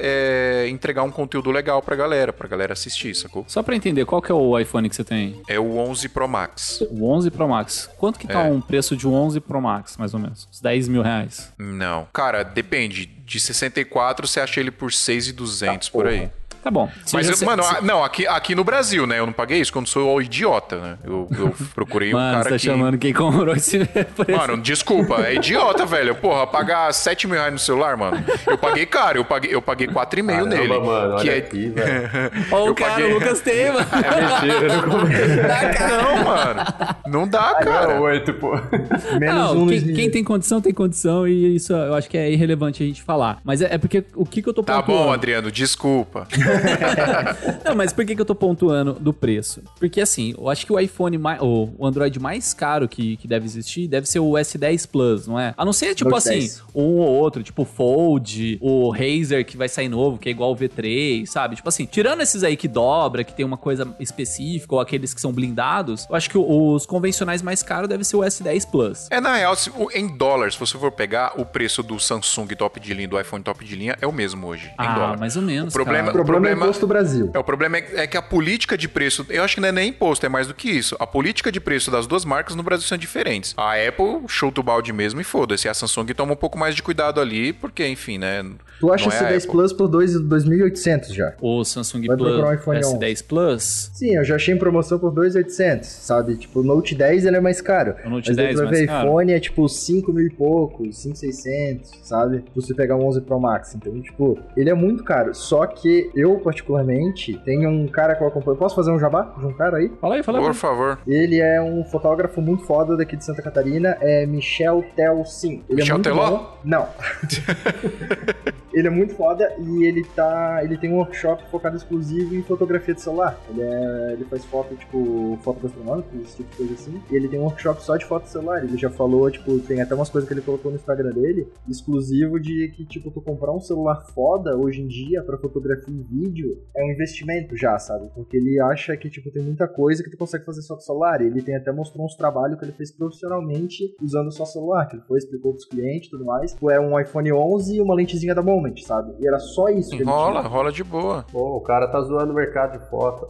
é, entregar um conteúdo legal pra galera, pra galera assistir, sacou? Só pra entender, qual que é o iPhone que você tem? É o onze Pro Max. O onze Pro Max. Quanto que tá É. um preço de um onze Pro Max, mais ou menos? Uns dez mil reais. Não. Cara, depende. De sessenta e quatro você acha ele por seis mil e duzentos por aí. Tá bom. Mas, eu, se, mano, se... a, não, aqui, aqui no Brasil, né? Eu não paguei isso quando sou idiota, né? Eu, eu procurei um Mano, cara você tá que... chamando quem comprou esse preço. Mano, desculpa, é idiota, velho. Porra, pagar sete mil reais no celular, mano. Eu paguei caro, eu paguei, eu paguei quatro e meio nele. Mano, olha que é... aqui, velho. Ó, o cara, paguei... o Lucas tem, mano. É mentira, eu não comprei. Não, mano. Não dá, cara. oito, pô. Menos Não, um quem, no quem tem condição, tem condição, e isso eu acho que é irrelevante a gente falar. Mas é, é porque o que, que eu tô Tá pontuando... bom, Adriano, desculpa. Não, mas por que, que eu tô pontuando do preço? Porque assim, eu acho que o iPhone, mais, o, o Android mais caro que, que deve existir deve ser o S dez Plus, não é? A não ser, tipo Note assim, dez. um ou outro, tipo o Fold, o Razer que vai sair novo, que é igual o V três, sabe? Tipo assim, tirando esses aí que dobra, que tem uma coisa específica, ou aqueles que são blindados, eu acho que os convencionais mais caros deve ser o S dez Plus. É, na real, se, em dólares, se você for pegar o preço do Samsung top de linha, do iPhone top de linha, é o mesmo hoje, em Ah, dólar. mais ou menos, O problema, O problema, problema- é o imposto do Brasil. É, o problema é, é que a política de preço, eu acho que não é nem imposto, é mais do que isso. A política de preço das duas marcas no Brasil são diferentes. A Apple, show do balde mesmo e foda-se. A Samsung toma um pouco mais de cuidado ali, porque, enfim, né? Tu acha não é esse a dez Apple. Plus por dois mil e oitocentos já? O Samsung Vai Plus, procurar um iPhone S onze. dez Plus. Sim, eu já achei em promoção por dois mil e oitocentos, sabe? Tipo, o Note dez ele é mais caro. O Note Mas daí dez tu vai mais ver caro? iPhone é tipo cinco mil e pouco, cinco mil e seiscentos, sabe? Se você pegar um onze Pro Max. Então, tipo, ele é muito caro. Só que eu, particularmente, tenho um cara que eu acompanho. Posso fazer um jabá de um cara aí? Fala aí, fala aí. Por favor. Ele é um fotógrafo muito foda daqui de Santa Catarina, é Michel Telsin. Ele Michel é muito Teló? bom. Não. Ele é muito foda e ele tá. Ele tem um workshop focado exclusivo em fotografia de celular. Ele, é, ele faz foto, tipo, foto gastronômica, esse tipo de coisa assim. E ele tem um workshop só de foto de celular. Ele já falou, tipo, tem até umas coisas que ele colocou no Instagram dele, exclusivo de que, tipo, tu comprar um celular foda hoje em dia pra fotografia e vídeo é um investimento já, sabe? Porque ele acha que, tipo, tem muita coisa que tu consegue fazer só com celular. E ele tem até mostrou uns trabalhos que ele fez profissionalmente usando só celular, que ele foi, explicou pros clientes e tudo mais. Tipo, é um iPhone onze e uma lentezinha da Moment, sabe? E era só isso que ele Rola, tinha. rola de boa. Pô, o cara tá zoando o mercado de foto.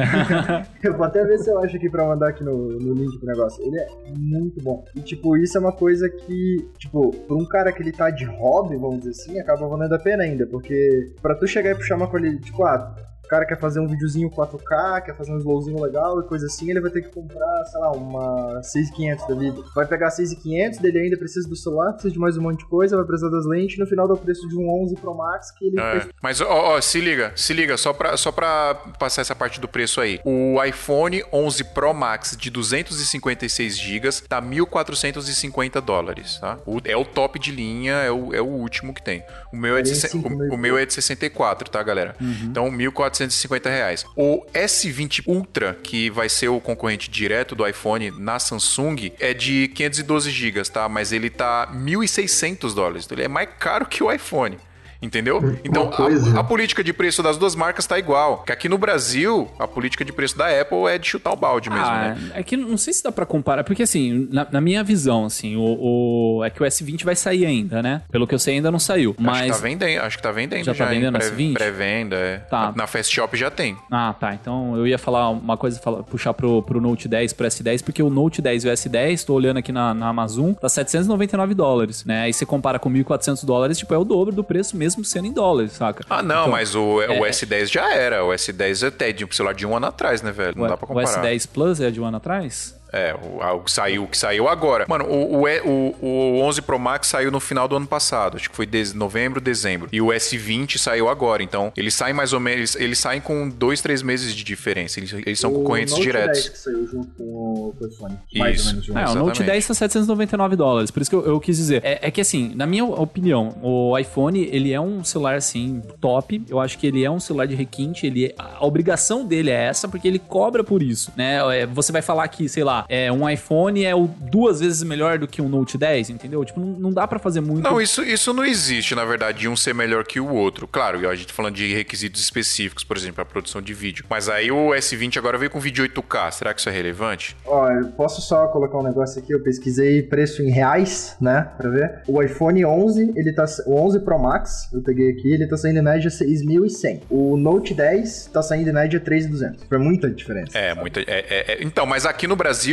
Eu vou até ver se eu acho aqui pra mandar aqui no, no link do negócio. Ele é muito bom. E, tipo, isso é uma coisa que, tipo, pra um cara que ele tá de hobby, vamos dizer assim, acaba valendo a pena ainda. Porque pra tu chegar e puxar uma coisa, tipo, ah, o cara quer fazer um videozinho quatro K, quer fazer um slowzinho legal e coisa assim, ele vai ter que comprar, sei lá, uma seis mil e quinhentos da vida. Vai pegar seis mil e quinhentos, dele ainda precisa do celular, precisa de mais um monte de coisa, vai precisar das lentes, no final dá o preço de um onze Pro Max que ele É, fez. mas, ó, ó, se liga, se liga, só pra, só pra passar essa parte do preço aí. O iPhone onze Pro Max de duzentos e cinquenta e seis gigas tá mil quatrocentos e cinquenta dólares, tá? O- é o top de linha, é o, é o último que tem. O meu é de, se- cinco mil o, o meu é de sessenta e quatro, tá, galera? Então, mil quatrocentos e cinquenta reais. O S vinte Ultra, que vai ser o concorrente direto do iPhone na Samsung, é de quinhentos e doze gigas, tá? Mas ele tá mil e seiscentos dólares. Então, ele é mais caro que o iPhone. Entendeu? Então, coisa. a, a política de preço das duas marcas tá igual. Que aqui no Brasil, a política de preço da Apple é de chutar o balde mesmo, Ah, né? é que não sei se dá pra comparar, porque assim, na, na minha visão, assim, o, o- é que o S vinte vai sair ainda, né? Pelo que eu sei, ainda não saiu. Acho que Mas. tá vendendo, acho que tá vendendo Já já. tá hein? vendendo Pré- S vinte? Pré-venda, é. Tá. Na Fast Shop já tem. Ah, tá. Então eu ia falar uma coisa, falar- puxar pro, pro Note dez, pro S dez, porque o Note dez e o S dez, tô olhando aqui na, na Amazon, tá setecentos e noventa e nove dólares, né? Aí você compara com mil e quatrocentos dólares, tipo, é o dobro do preço mesmo sendo em dólares, saca? Ah, não, Então, mas o, é- o S dez já era. O S dez é até de um celular de um ano atrás, né, velho? Não o, dá pra o comparar. S dez Plus é de um ano atrás? É, o, a- o que saiu, o que saiu agora. Mano, o, o, E- o, o onze Pro Max saiu no final do ano passado. Acho que foi de novembro, dezembro. E o S vinte saiu agora. Então, eles saem mais ou menos... Eles, eles saem com dois, três meses de diferença. Eles, eles são concorrentes o Note diretos. dez que saiu junto com o, com o iPhone. Mais Isso. ou menos junto. É, o Note Exatamente. dez tá setecentos e noventa e nove dólares, por isso que eu, eu quis dizer. É, é que assim, na minha opinião, o iPhone, ele é um celular, assim, top. Eu acho que ele é um celular de requinte, ele é- a obrigação dele é essa, porque ele cobra por isso, né? É, você vai falar que, sei lá, é, um iPhone é o, duas vezes melhor do que um Note dez, entendeu? Tipo, não, não dá pra fazer muito... Não, isso, isso não existe, na verdade, de um ser melhor que o outro. Claro, a gente tá falando de requisitos específicos, por exemplo, a produção de vídeo. Mas aí o S vinte agora veio com vídeo oito K. Será que isso é relevante? Ó, eu posso só colocar um negócio aqui, eu pesquisei preço em reais, né, pra ver. O iPhone onze, ele tá, o onze Pro Max, eu peguei aqui, ele tá saindo em média seis mil e cem. O Note dez tá saindo em média três mil e duzentos. Foi muita diferença. É, muita. É, é, é. Então, mas aqui no Brasil,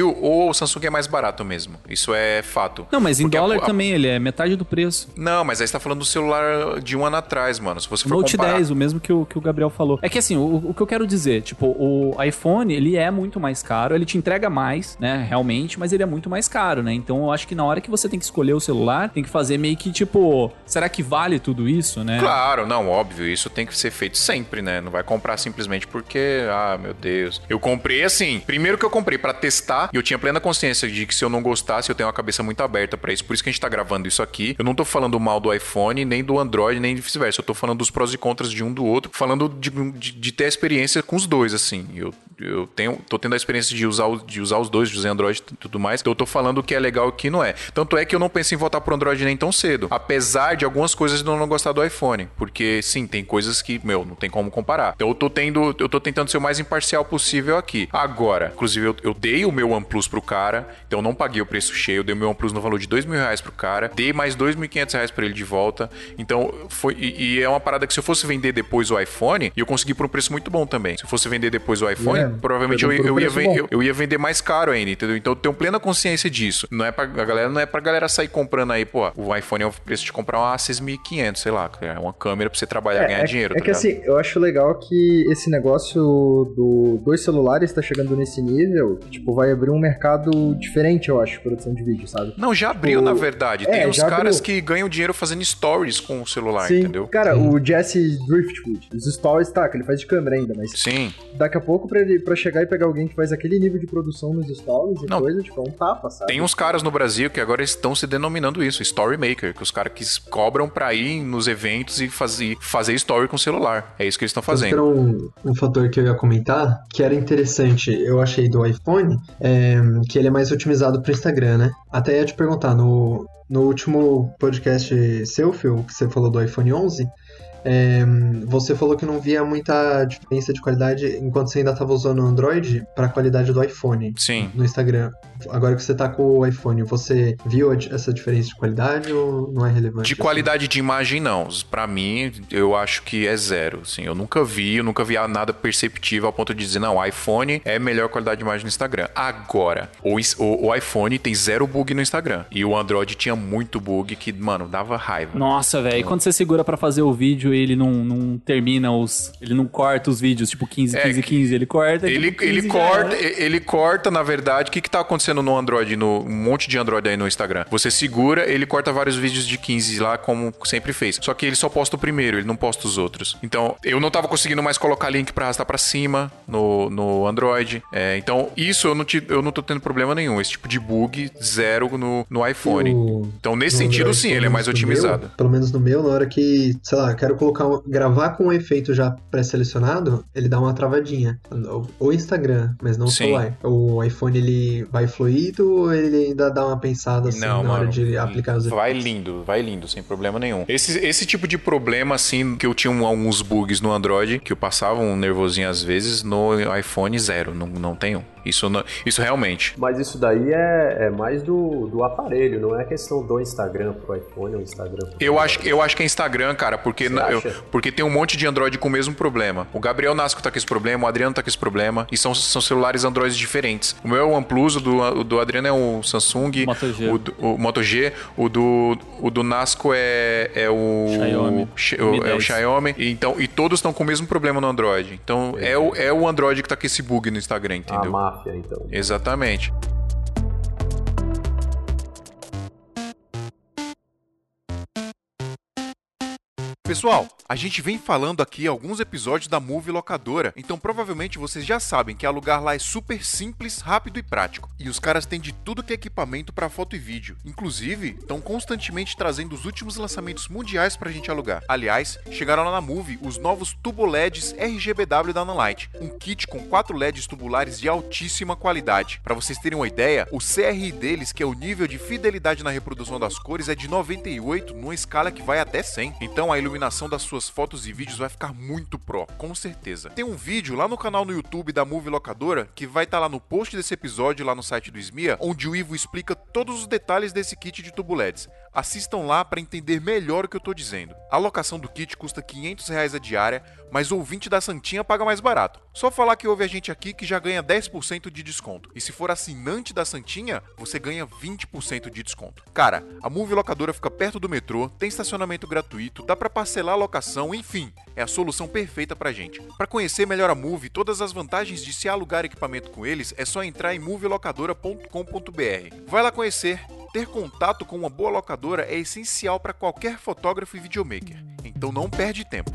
Brasil, o Samsung é mais barato mesmo. Isso é fato. Não, mas em Porque dólar a- a- também ele é metade do preço. Não, mas aí você tá falando do celular de um ano atrás, mano. Se você O for Note comparar... dez, o mesmo que o, que o Gabriel falou. É que assim, o, o que eu quero dizer, tipo, o iPhone, ele é muito mais caro, ele te entrega mais, né, realmente, mas ele é muito mais caro, né? Então eu acho que na hora que você tem que escolher o celular, tem que fazer meio que, tipo, será que vale tudo isso, né? Claro, não, óbvio, isso tem que ser feito sempre, né? Não vai comprar simplesmente porque, ah, meu Deus. Eu comprei assim, primeiro que eu comprei pra testar, e eu tinha plena consciência de que se eu não gostasse, eu tenho uma cabeça muito aberta pra isso, por isso que a gente tá gravando isso aqui. Eu não tô falando mal do iPhone, nem do Android, nem vice-versa. Eu tô falando dos prós e contras de um do outro, falando de, de, de ter a experiência com os dois, assim. Eu, eu tenho, tô tendo a experiência de usar, de usar os dois, de usar Android e tudo mais, então eu tô falando o que é legal e o que não é. Tanto é que eu não pensei em voltar pro Android nem tão cedo, apesar de algumas coisas eu não gostar do iPhone, porque sim, tem coisas que, meu, não tem como comparar. Então eu tô tendo, eu tô tentando ser o mais imparcial possível aqui. Agora, inclusive eu, eu dei o meu OnePlus pro cara, então eu não paguei o preço cheio, eu dei o meu OnePlus no valor de dois mil reais pro cara, dei mais dois mil e quinhentos reais pra ele de volta, então foi, e, e é uma parada que se eu fosse vender depois o iPhone, eu consegui por um preço muito bom também. Se eu fosse vender depois o iPhone, Yeah, provavelmente eu, perdeu por um eu, ia, preço ven- bom. eu, eu ia vender mais caro ainda, entendeu? Então eu tenho plena consciência disso. Não é pra, a galera, não é pra galera sair comprando aí, pô, o iPhone é o preço de comprar uma seis mil e quinhentos, sei lá, é uma câmera pra você trabalhar e ganhar é, dinheiro, é tá que ligado? assim, eu acho legal que esse negócio do dois celulares tá chegando nesse nível, tipo, vai abrir um mercado diferente, eu acho, de produção de vídeo, sabe? Não, já abriu, Tipo, na verdade. é, Tem os já caras abriu. que ganham dinheiro fazendo stories com o celular, Sim, entendeu? cara, o Jesse Driftwood, os stories, tá, que ele faz de câmera ainda, mas Sim. daqui a pouco pra ele pra chegar e pegar alguém que faz aquele nível de produção nos stories e Não. coisa, tipo, é um tapa, sabe? Tem uns caras no Brasil que agora estão se denominando isso, Story Maker, que os caras que cobram pra ir nos eventos e fazer, fazer story com o celular. É isso que eles estão Esse era fazendo. um, um fator que eu ia comentar, que era interessante, eu achei do iPhone, é, que ele é mais otimizado pro Instagram, né? Até ia te perguntar, no, no último podcast seu, Phil, que você falou do iPhone onze, é, você falou que não via muita diferença de qualidade enquanto você ainda estava usando o Android para a qualidade do iPhone Sim. no Instagram. Agora que você tá com o iPhone, você viu essa diferença de qualidade ou não é relevante? De assim? qualidade de imagem, não. Pra mim, eu acho que é zero. Assim, eu nunca vi, eu nunca vi nada perceptível ao ponto de dizer, não, o iPhone é melhor qualidade de imagem no Instagram. Agora, o, o, o iPhone tem zero bug no Instagram. E o Android tinha muito bug que, mano, dava raiva. Nossa, velho, e quando você segura pra fazer o vídeo e ele não, não termina os... Ele não corta os vídeos, tipo quinze, É, quinze, quinze, ele corta... Ele, tipo, ele, quinze já corta, era. ele corta, na verdade, o que que tá acontecendo no Android, no um monte de Android aí no Instagram? Você segura, ele corta vários vídeos de quinze lá, como sempre fez. Só que ele só posta o primeiro, ele não posta os outros. Então, eu não tava conseguindo mais colocar link pra arrastar pra cima no, no Android. É, então, isso eu não, te, eu não tô tendo problema nenhum. Esse tipo de bug, zero no, no iPhone. O- Então, nesse no sentido, Android, sim, pelo ele é menos mais no otimizado. meu, pelo menos no meu, na hora que, sei lá, quero colocar, um- gravar com um efeito já pré-selecionado, ele dá uma travadinha. O, o Instagram, mas não o Sim. celular. O iPhone, ele vai fluido ou ele ainda dá uma pensada assim Não, na hora mano, de aplicar os vai efeitos? lindo, vai lindo, sem problema nenhum. Esse, esse tipo de problema, assim, que eu tinha um- alguns bugs no Android, que eu passava um nervosinho às vezes, no iPhone, zero, não, não tenho. Isso, não, isso realmente. Mas isso daí é, é mais do, do aparelho, não é questão do Instagram pro iPhone ou Instagram pro Eu acho, Android. eu acho que é Instagram, cara, porque, Você na- eu- acha? porque tem um monte de Android com o mesmo problema. O Gabriel Nasco tá com esse problema, o Adriano tá com esse problema, e são, são celulares Android diferentes. O meu é o OnePlus, o do, o do Adriano é o Samsung, Moto G. o, do- o Moto G, o do, o do Nasco é, é o Xiaomi. Xi- o- é o Mi dez. Xiaomi, e, então, e todos estão com o mesmo problema no Android. Então é o, é o Android que tá com esse bug no Instagram, A entendeu? máfia, então. Exatamente. Pessoal, a gente vem falando aqui alguns episódios da Movie Locadora, então provavelmente vocês já sabem que alugar lá é super simples, rápido e prático. E os caras têm de tudo que é equipamento para foto e vídeo. Inclusive, estão constantemente trazendo os últimos lançamentos mundiais pra gente alugar. Aliás, chegaram lá na Movie os novos Turbo L E Ds R G B W da Nanlite, um kit com quatro L E Ds tubulares de altíssima qualidade. Para vocês terem uma ideia, o C R I deles, que é o nível de fidelidade na reprodução das cores, é de noventa e oito numa escala que vai até cem. Então a iluminação das suas fotos e vídeos vai ficar muito pro, com certeza. Tem um vídeo lá no canal no YouTube da Movie Locadora, que vai estar tá lá no post desse episódio, lá no site do Smia, onde o Ivo explica todos os detalhes desse kit de tubo L E Ds. Assistam lá para entender melhor o que eu tô dizendo. A locação do kit custa quinhentos reais a diária, mas o ouvinte da Santinha paga mais barato. Só falar que ouve a gente aqui que já ganha dez por cento de desconto. E se for assinante da Santinha, você ganha vinte por cento de desconto. Cara, a Move Locadora fica perto do metrô, tem estacionamento gratuito, dá para parcelar a locação, enfim, é a solução perfeita pra gente. Para conhecer melhor a Move e todas as vantagens de se alugar equipamento com eles, é só entrar em move locadora ponto com ponto b r. Vai lá conhecer. Ter contato com uma boa locadora é essencial para qualquer fotógrafo e videomaker. Então não perde tempo.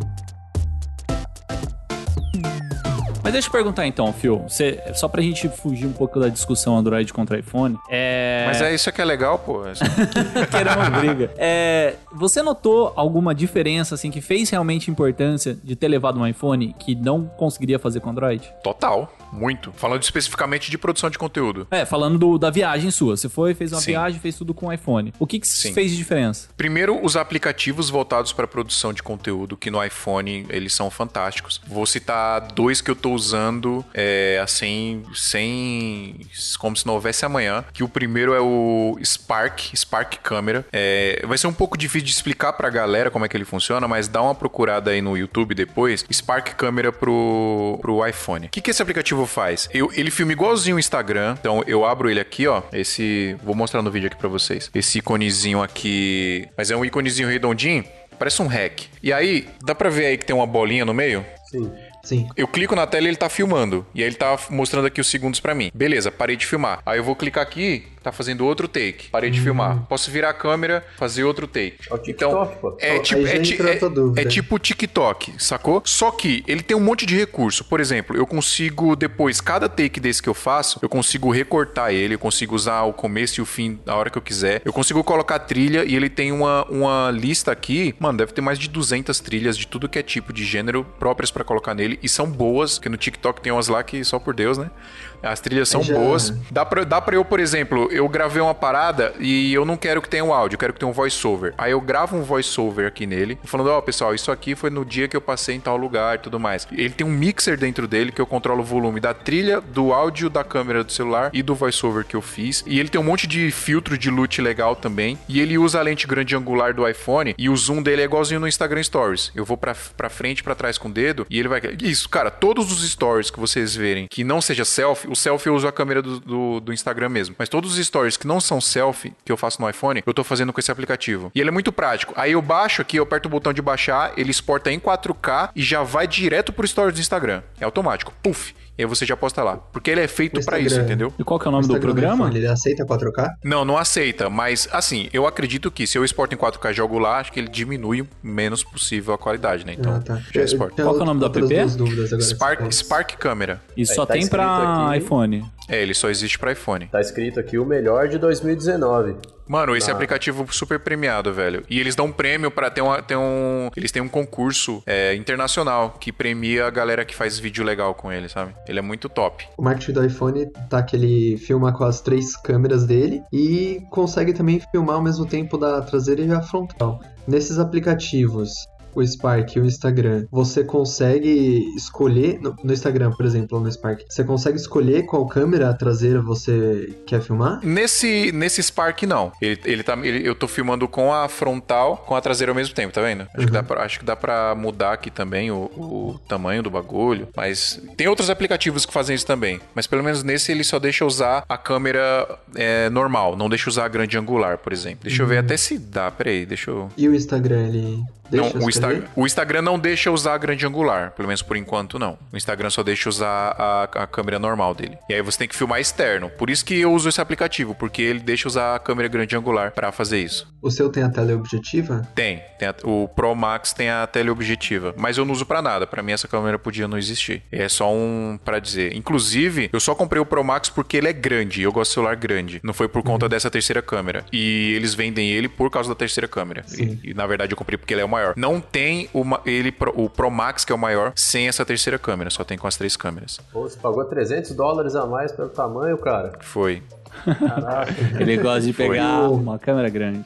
Mas deixa eu perguntar então, Phil, você, só pra gente fugir um pouco da discussão Android contra iPhone, é... Mas é isso que é legal, pô. Queremos briga. É, você notou alguma diferença, assim, que fez realmente importância de ter levado um iPhone que não conseguiria fazer com Android? Total, muito. Falando especificamente de produção de conteúdo. É, falando do, da viagem sua. Você foi, fez uma Sim. viagem, fez tudo com o iPhone. O que que Sim. fez de diferença? Primeiro, os aplicativos voltados para produção de conteúdo, que no iPhone eles são fantásticos. Vou citar dois que eu tô usando, é, assim, sem... como se não houvesse amanhã. Que o primeiro é o Spark, Spark Camera. É, vai ser um pouco difícil de explicar pra galera como é que ele funciona, mas dá uma procurada aí no YouTube depois. Spark Camera pro, pro iPhone. O que, que esse aplicativo faz? Eu, ele filma igualzinho o Instagram. Então, eu abro ele aqui, ó. Esse... Vou mostrar no vídeo aqui pra vocês. Esse iconezinho aqui... Mas é um iconezinho redondinho. Parece um hack. E aí, dá pra ver aí que tem uma bolinha no meio? Sim. Sim. Eu clico na tela e ele tá filmando. E aí ele tá mostrando aqui os segundos pra mim. Beleza, parei de filmar. Aí eu vou clicar aqui, tá fazendo outro take. Parei de hum. filmar. Posso virar a câmera, fazer outro take. É o TikTok, então, pô. É, Oh, tipo, é, ti- é, é tipo TikTok, sacou? Só que ele tem um monte de recurso. Por exemplo, eu consigo depois, cada take desse que eu faço, eu consigo recortar ele, eu consigo usar o começo e o fim na hora que eu quiser. Eu consigo colocar trilha e ele tem uma, uma lista aqui. Mano, deve ter mais de duzentas trilhas de tudo que é tipo de gênero próprias pra colocar nele. E são boas, porque no TikTok tem umas lá que só por Deus, né? As trilhas são já... boas. Dá pra, dá pra eu, por exemplo, eu gravei uma parada e eu não quero que tenha um áudio, eu quero que tenha um voice-over. Aí eu gravo um voice-over aqui nele, falando, ó, oh, pessoal, isso aqui foi no dia que eu passei em tal lugar e tudo mais. Ele tem um mixer dentro dele que eu controlo o volume da trilha, do áudio da câmera do celular e do voice-over que eu fiz. E ele tem um monte de filtro de loot legal também. E ele usa a lente grande angular do iPhone e o zoom dele é igualzinho no Instagram Stories. Eu vou pra, pra frente, pra trás com o dedo e ele vai... Isso, cara, todos os stories que vocês verem que não seja selfie, o selfie eu uso a câmera do, do, do Instagram mesmo. Mas todos os stories que não são selfie, que eu faço no iPhone, eu tô fazendo com esse aplicativo. E ele é muito prático. Aí eu baixo aqui, eu aperto o botão de baixar, ele exporta em quatro K e já vai direto pro stories do Instagram. É automático. Puf! E aí você já posta lá. Porque ele é feito pra isso, entendeu? E qual que é o nome do programa? Do ele aceita quatro K? Não, não aceita. Mas, assim, eu acredito que se eu exporto em quatro K e jogo lá, acho que ele diminui o menos possível a qualidade, né? Então, ah, tá. já exporta. Qual que é o nome do app? Spark, Spark Camera. E só tá tem pra aqui, iPhone. É, ele só existe pra iPhone. Tá escrito aqui o melhor de dois mil e dezenove. Mano, esse Ah. aplicativo super premiado, velho. E eles dão um prêmio pra ter, uma, ter um... Eles têm um concurso é, internacional que premia a galera que faz vídeo legal com ele, sabe? Ele é muito top. O marketing do iPhone tá que ele filma com as três câmeras dele e consegue também filmar ao mesmo tempo da traseira e a frontal. Nesses aplicativos, o Spark e o Instagram, você consegue escolher, no, no Instagram, por exemplo, ou no Spark, você consegue escolher qual câmera traseira você quer filmar? Nesse, nesse Spark, não. Ele, ele tá, ele, eu tô filmando com a frontal, com a traseira ao mesmo tempo, tá vendo? Acho, Uhum. que, dá pra, acho que dá pra mudar aqui também o, o tamanho do bagulho, mas tem outros aplicativos que fazem isso também, mas pelo menos nesse ele só deixa usar a câmera é, normal, não deixa usar a grande angular, por exemplo. Deixa Uhum. eu ver até se dá, peraí, deixa eu... E o Instagram, ele... Não, deixa o, escolher? Insta- o Instagram não deixa usar a grande angular, pelo menos por enquanto não. O Instagram só deixa usar a, a câmera normal dele. E aí você tem que filmar externo. Por isso que eu uso esse aplicativo, porque ele deixa usar a câmera grande angular pra fazer isso. O seu tem a teleobjetiva? Tem, tem a- o Pro Max tem a teleobjetiva, mas eu não uso pra nada. Pra mim essa câmera podia não existir. É só um pra dizer. Inclusive, eu só comprei o Pro Max porque ele é grande. Eu gosto de celular grande. Não foi por conta dessa terceira câmera. E eles vendem ele por causa da terceira câmera. Sim. E, e na verdade eu comprei porque ele é o maior. Não tem uma, ele, o Pro Max, que é o maior, sem essa terceira câmera. Só tem com as três câmeras. Pô, você pagou trezentos dólares a mais pelo tamanho, cara. Foi. Caraca. Ele gosta de Foi. pegar uma câmera grande.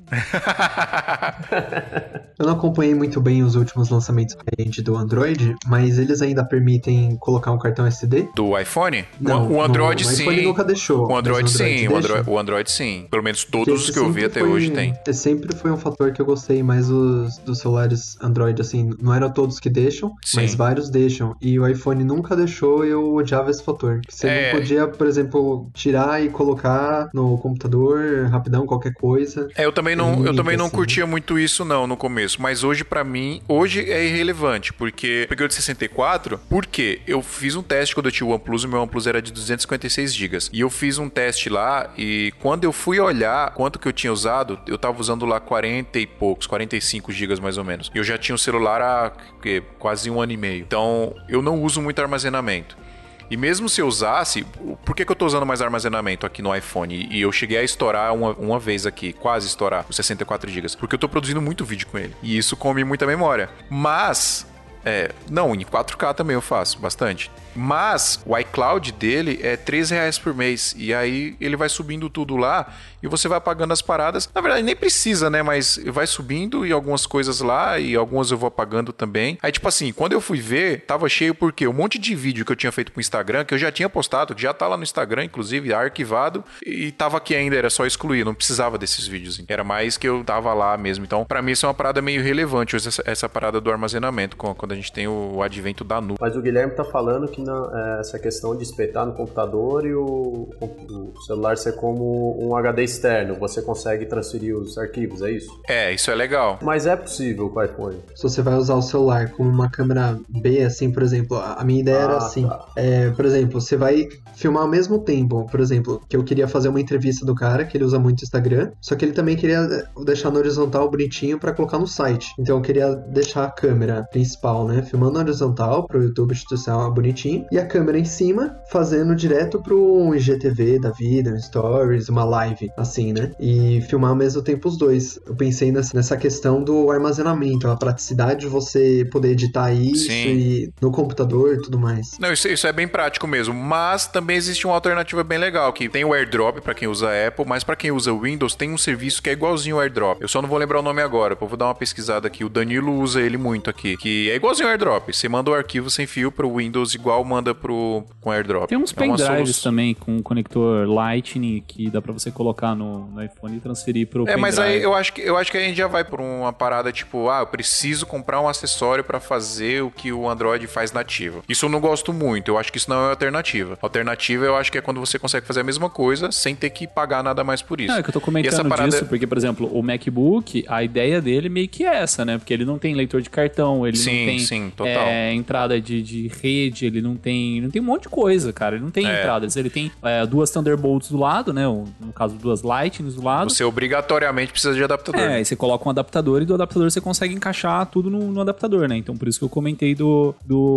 Eu não acompanhei muito bem os últimos lançamentos do Android, mas eles ainda permitem colocar um cartão S D? Do iPhone? Não, o Android no, sim. O iPhone nunca deixou. O Android, o Android sim, o Android, o Android sim. Pelo menos todos os que eu vi até foi, hoje tem. Sempre foi um fator que eu gostei mais dos, dos celulares Android, assim, não eram todos que deixam, sim. mas vários deixam. E o iPhone nunca deixou, eu odiava esse fator. Você é... não podia, por exemplo, tirar e colocar no computador rapidão, qualquer coisa. É, eu também não, eu também não assim. curtia muito isso não no começo, mas hoje pra mim, hoje é irrelevante, porque eu peguei o de sessenta e quatro, porque eu fiz um teste quando eu tinha o OnePlus, o meu OnePlus era de duzentos e cinquenta e seis gigas, e eu fiz um teste lá, e quando eu fui olhar quanto que eu tinha usado, eu tava usando lá quarenta e poucos, quarenta e cinco gigas mais ou menos, e eu já tinha o celular há que, quase um ano e meio, então eu não uso muito armazenamento. E mesmo se eu usasse, por que, que eu tô usando mais armazenamento aqui no iPhone? E eu cheguei a estourar uma, uma vez aqui, quase estourar, os sessenta e quatro gigas. Porque eu tô produzindo muito vídeo com ele. E isso come muita memória. Mas, é, não, em quatro K também eu faço bastante. Mas o iCloud dele é três reais por mês. E aí ele vai subindo tudo lá e você vai apagando as paradas. Na verdade, nem precisa, né? Mas vai subindo e algumas coisas lá e algumas eu vou apagando também. Aí, tipo assim, quando eu fui ver, tava cheio porque um monte de vídeo que eu tinha feito pro Instagram, que eu já tinha postado, que já tá lá no Instagram, inclusive, arquivado, e tava aqui ainda, era só excluir, não precisava desses vídeos. Era mais que eu tava lá mesmo. Então, pra mim, isso é uma parada meio relevante, essa, essa parada do armazenamento, quando a gente tem o advento da nuvem. Mas o Guilherme tá falando que não, é, essa questão de espetar no computador e o, o celular ser como um H D externo, você consegue transferir os arquivos, é isso? É, isso é legal. Mas é possível com o iPhone. Se você vai usar o celular como uma câmera B, assim, por exemplo, a minha ideia ah, era assim, tá. é, por exemplo, você vai filmar ao mesmo tempo, por exemplo, que eu queria fazer uma entrevista do cara, que ele usa muito Instagram, só que ele também queria deixar no horizontal bonitinho pra colocar no site. Então eu queria deixar a câmera principal, né, filmando na horizontal pro YouTube institucional bonitinho, e a câmera em cima fazendo direto pro I G T V da vida, um Stories, uma live, assim, né, e filmar ao mesmo tempo os dois. Eu pensei nessa, nessa questão do armazenamento, a praticidade de você poder editar isso Sim. e no computador e tudo mais. Não, isso, isso é bem prático mesmo, mas também existe uma alternativa bem legal, que tem o AirDrop pra quem usa Apple, mas pra quem usa Windows tem um serviço que é igualzinho ao AirDrop. Eu só não vou lembrar o nome agora, eu vou dar uma pesquisada aqui. O Danilo usa ele muito aqui, que é igualzinho ao AirDrop. Você manda o arquivo sem fio pro Windows igual manda pro com AirDrop. Tem uns pendrives é solu... também com conector Lightning que dá pra você colocar no, no iPhone e transferir pro É, pendrive. mas aí eu acho, que, eu acho que a gente já vai por uma parada tipo, ah, eu preciso comprar um acessório pra fazer o que o Android faz nativo. Isso eu não gosto muito, eu acho que isso não é alternativa. Alternativa eu acho que é quando você consegue fazer a mesma coisa sem ter que pagar nada mais por isso. Não, é que eu tô comentando parada... disso porque, por exemplo, o MacBook, a ideia dele meio que é essa, né? Porque ele não tem leitor de cartão, ele sim, não tem sim, total. É, entrada de, de rede, ele não tem, ele não tem um monte de coisa, cara. Ele não tem é. entradas, ele tem é, duas Thunderbolts do lado, né? No caso, duas Lightnings do lado. Você obrigatoriamente precisa de adaptador. É, aí você coloca um adaptador e do adaptador você consegue encaixar tudo no, no adaptador, né? Então por isso que eu comentei do,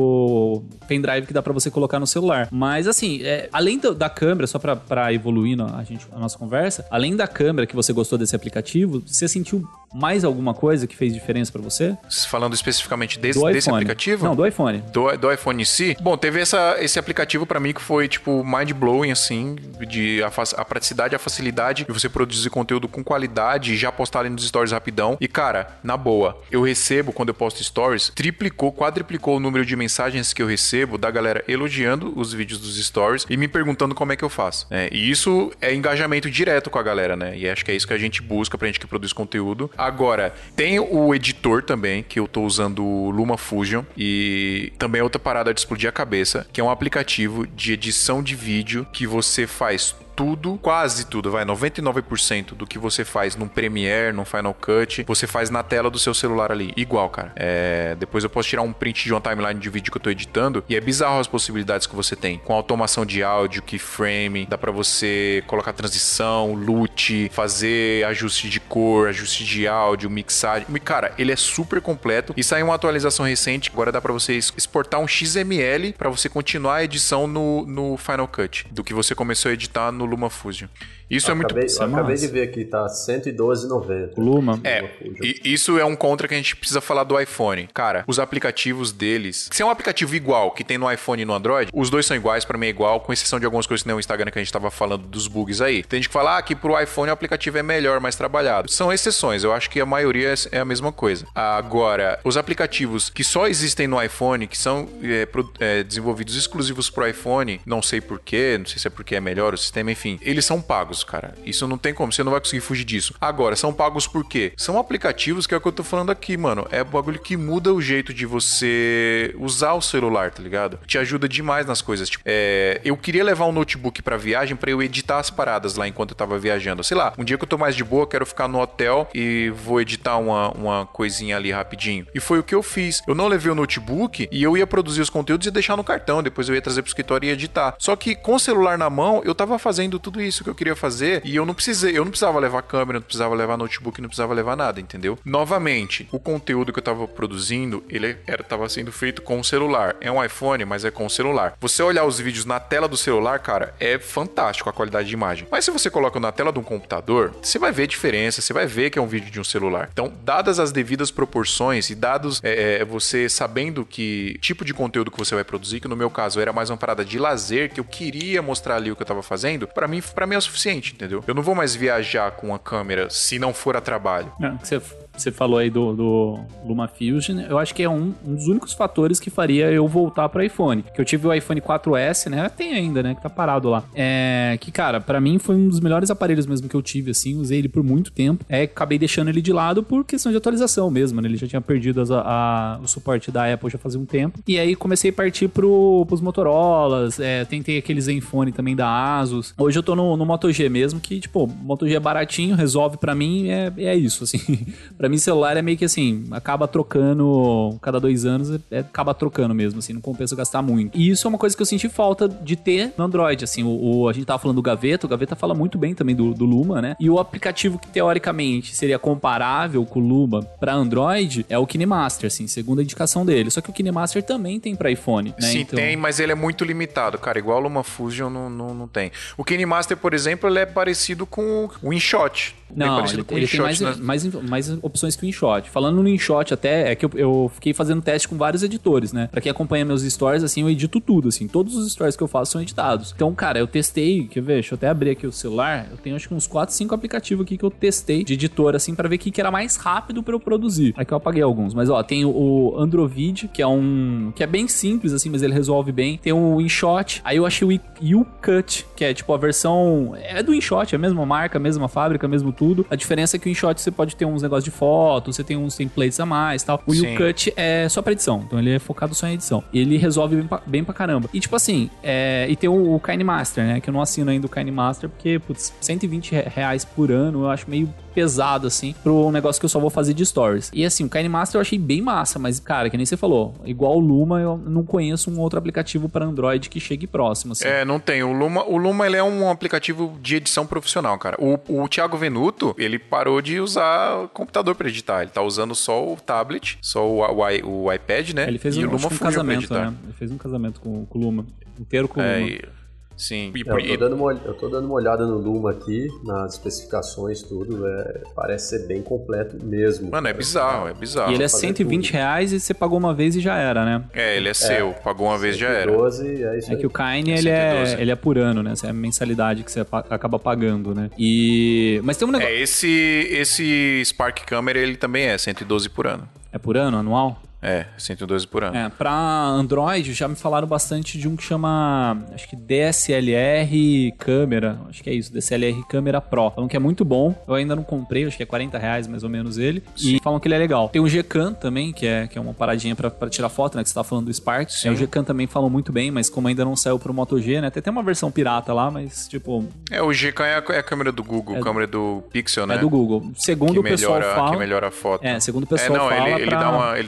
do pendrive que dá pra você colocar no celular. Mas assim, é, além do, da câmera, só pra, pra evoluir a, gente, a nossa conversa, além da câmera que você gostou desse aplicativo, você sentiu mais alguma coisa que fez diferença pra você? Falando especificamente desse, desse aplicativo? Não, do iPhone. Do, do iPhone em si? Bom, teve essa, esse aplicativo pra mim que foi, tipo, mind-blowing, assim, de a, a praticidade, a facilidade de você produzir conteúdo com qualidade e já postar ali nos stories rapidão. E, cara, na boa, eu recebo, quando eu posto stories, triplicou, quadriplicou o número de mensagens que eu recebo da galera elogiando os vídeos dos stories e me perguntando como é que eu faço. É, e isso é engajamento direto com a galera, né? E acho que é isso que a gente busca pra gente que produz conteúdo. Agora, tem o editor também, que eu tô usando o LumaFusion, e também é outra parada de explodir a cabeça, que é um aplicativo de edição de vídeo que você faz tudo, quase tudo, vai, noventa e nove por cento do que você faz num Premiere, num Final Cut, você faz na tela do seu celular ali, igual, cara. É, depois eu posso tirar um print de uma timeline de vídeo que eu tô editando e é bizarro as possibilidades que você tem. Com automação de áudio, keyframe, dá pra você colocar transição, loot, fazer ajuste de cor, ajuste de áudio, mixagem. E, cara, ele é super completo e saiu uma atualização recente, agora dá pra você exportar um X M L pra você continuar a edição no, no Final Cut, do que você começou a editar no no LumaFusion. Isso eu é muito... Acabei, isso é eu acabei massa. de ver aqui, tá cento e doze reais e noventa centavos. Luma. É, e isso é um contra que a gente precisa falar do iPhone. Cara, os aplicativos deles... Se é um aplicativo igual que tem no iPhone e no Android, os dois são iguais, pra mim é igual, com exceção de algumas coisas que nem o Instagram que a gente tava falando dos bugs aí. Tem gente que fala ah, que pro iPhone o aplicativo é melhor, mais trabalhado. São exceções, eu acho que a maioria é a mesma coisa. Agora, os aplicativos que só existem no iPhone, que são é, pro, é, desenvolvidos exclusivos pro iPhone, não sei porquê, não sei se é porque é melhor o sistema, enfim, eles são pagos, cara. Isso não tem como, você não vai conseguir fugir disso. Agora, são pagos por quê? São aplicativos que é o que eu tô falando aqui, mano. É o bagulho que muda o jeito de você usar o celular, tá ligado? Te ajuda demais nas coisas. Tipo, é, eu queria levar um notebook pra viagem pra eu editar as paradas lá enquanto eu tava viajando. Sei lá, um dia que eu tô mais de boa, quero ficar no hotel e vou editar uma, uma coisinha ali rapidinho. E foi o que eu fiz. Eu não levei o notebook e eu ia produzir os conteúdos e deixar no cartão. Depois eu ia trazer pro escritório e ia editar. Só que com o celular na mão, eu tava fazendo tudo isso que eu queria fazer e eu não precisei, eu não precisava levar câmera, não precisava levar notebook, não precisava levar nada, entendeu? Novamente, o conteúdo que eu tava produzindo, ele era, tava sendo feito com o celular. É um iPhone, mas é com o celular. Você olhar os vídeos na tela do celular, cara, é fantástico a qualidade de imagem. Mas se você coloca na tela de um computador, você vai ver a diferença, você vai ver que é um vídeo de um celular. Então, dadas as devidas proporções e dados é, é, você sabendo que tipo de conteúdo que você vai produzir, que no meu caso era mais uma parada de lazer, que eu queria mostrar ali o que eu tava fazendo, pra mim, pra mim é o suficiente, entendeu? Eu não vou mais viajar com uma câmera se não for a trabalho. Não, você, você falou aí do, do LumaFusion, eu acho que é um, um dos únicos fatores que faria eu voltar pro iPhone. Que eu tive o iPhone quatro S, né? Tem ainda, né? Que tá parado lá. É, que, cara, pra mim foi um dos melhores aparelhos mesmo que eu tive, assim. Usei ele por muito tempo. É, acabei deixando ele de lado por questão de atualização mesmo, né? Ele já tinha perdido as, a, o suporte da Apple já fazia um tempo. E aí comecei a partir pro, pros Motorolas. É, tentei aquele Zenfone também da Asus. Hoje eu tô no, no Moto G mesmo, que, tipo, Moto G é baratinho, resolve pra mim, é, é isso, assim. Pra mim, celular é meio que assim, acaba trocando cada dois anos, é, acaba trocando mesmo, assim, não compensa gastar muito. E isso é uma coisa que eu senti falta de ter no Android, assim, o, o, a gente tava falando do Gaveta, o Gaveta fala muito bem também do, do Luma, né? E o aplicativo que teoricamente seria comparável com o Luma pra Android é o KineMaster, assim, segundo a indicação dele. Só que o KineMaster também tem pra iPhone, né? Sim, então... tem, mas ele é muito limitado, cara, igual o LumaFusion não, não, não tem. O KineMaster, por exemplo, ele é parecido com o InShot. Não, ele, ele tem mais, né? mais, mais opções que o InShot. Falando no InShot até, é que eu, eu fiquei fazendo teste com vários editores, né? Pra quem acompanha meus stories, assim, eu edito tudo, assim. Todos os stories que eu faço são editados. Então, cara, eu testei, quer ver? Deixa eu até abrir aqui o celular. Eu tenho acho que uns quatro, cinco aplicativos aqui que eu testei de editor, assim, pra ver o que, que era mais rápido pra eu produzir. Aqui eu apaguei alguns. Mas, ó, tem o Androvid, que é um... que é bem simples, assim, mas ele resolve bem. Tem o InShot. Aí eu achei o YouCut, que é, tipo, a versão... é do InShot, é a mesma marca, a mesma fábrica, mesmo tudo. A diferença é que o InShot você pode ter uns negócios de foto, você tem uns templates a mais e tal. O YouCut é só pra edição, então ele é focado só em edição. E ele resolve bem pra, bem pra caramba. E tipo assim, é, e tem o, o KineMaster, né? Que eu não assino ainda o KineMaster porque, putz, cento e vinte reais por ano eu acho meio pesado, assim, pro negócio que eu só vou fazer de stories. E assim, o KineMaster eu achei bem massa, mas, cara, que nem você falou, igual o Luma, eu não conheço um outro aplicativo para Android que chegue próximo, assim. É, não tem. O Luma, o Luma ele é um aplicativo de edição profissional, cara. O, o Thiago Venuto, ele parou de usar o computador para editar. Ele tá usando só o tablet, só o, o, o iPad, né? Ele fez e um, o Luma um casamento, né? Ele fez um casamento com, com o Luma. Inteiro com o é, Luma. E... Sim. E, é, eu, tô dando uma, eu tô dando uma olhada no Luma aqui, nas especificações, tudo. É, parece ser bem completo mesmo. Mano, é bizarro, é bizarro. E ele é cento e vinte reais e você pagou uma vez e já era, né? É, ele é seu. É, pagou uma vez e já era. é isso É aí. que o Kine, ele é, ele é por ano, né? Essa é a mensalidade que você acaba pagando, né? E... Mas tem um negócio... É, esse, esse Spark Camera, ele também é cento e doze por ano. É por ano, anual? É, cento e doze por ano. É, pra Android já me falaram bastante de um que chama, acho que D S L R Câmera, acho que é isso, D S L R Câmera Pro. Falam que é muito bom, eu ainda não comprei, acho que é quarenta reais mais ou menos ele. Sim. E falam que ele é legal. Tem o Gcam também, que é, que é uma paradinha pra, pra tirar foto, né, que você tá falando do Spark. É, o Gcam também falam muito bem, mas como ainda não saiu pro Moto G, né, tem até uma versão pirata lá, mas tipo... É, o Gcam é a, é a câmera do Google, a é câmera do Pixel, né? É do Google. Segundo que o pessoal melhora, fala... Que melhora a foto. É, segundo o pessoal é, não, fala ele, ele, pra... dá uma, ele dá uma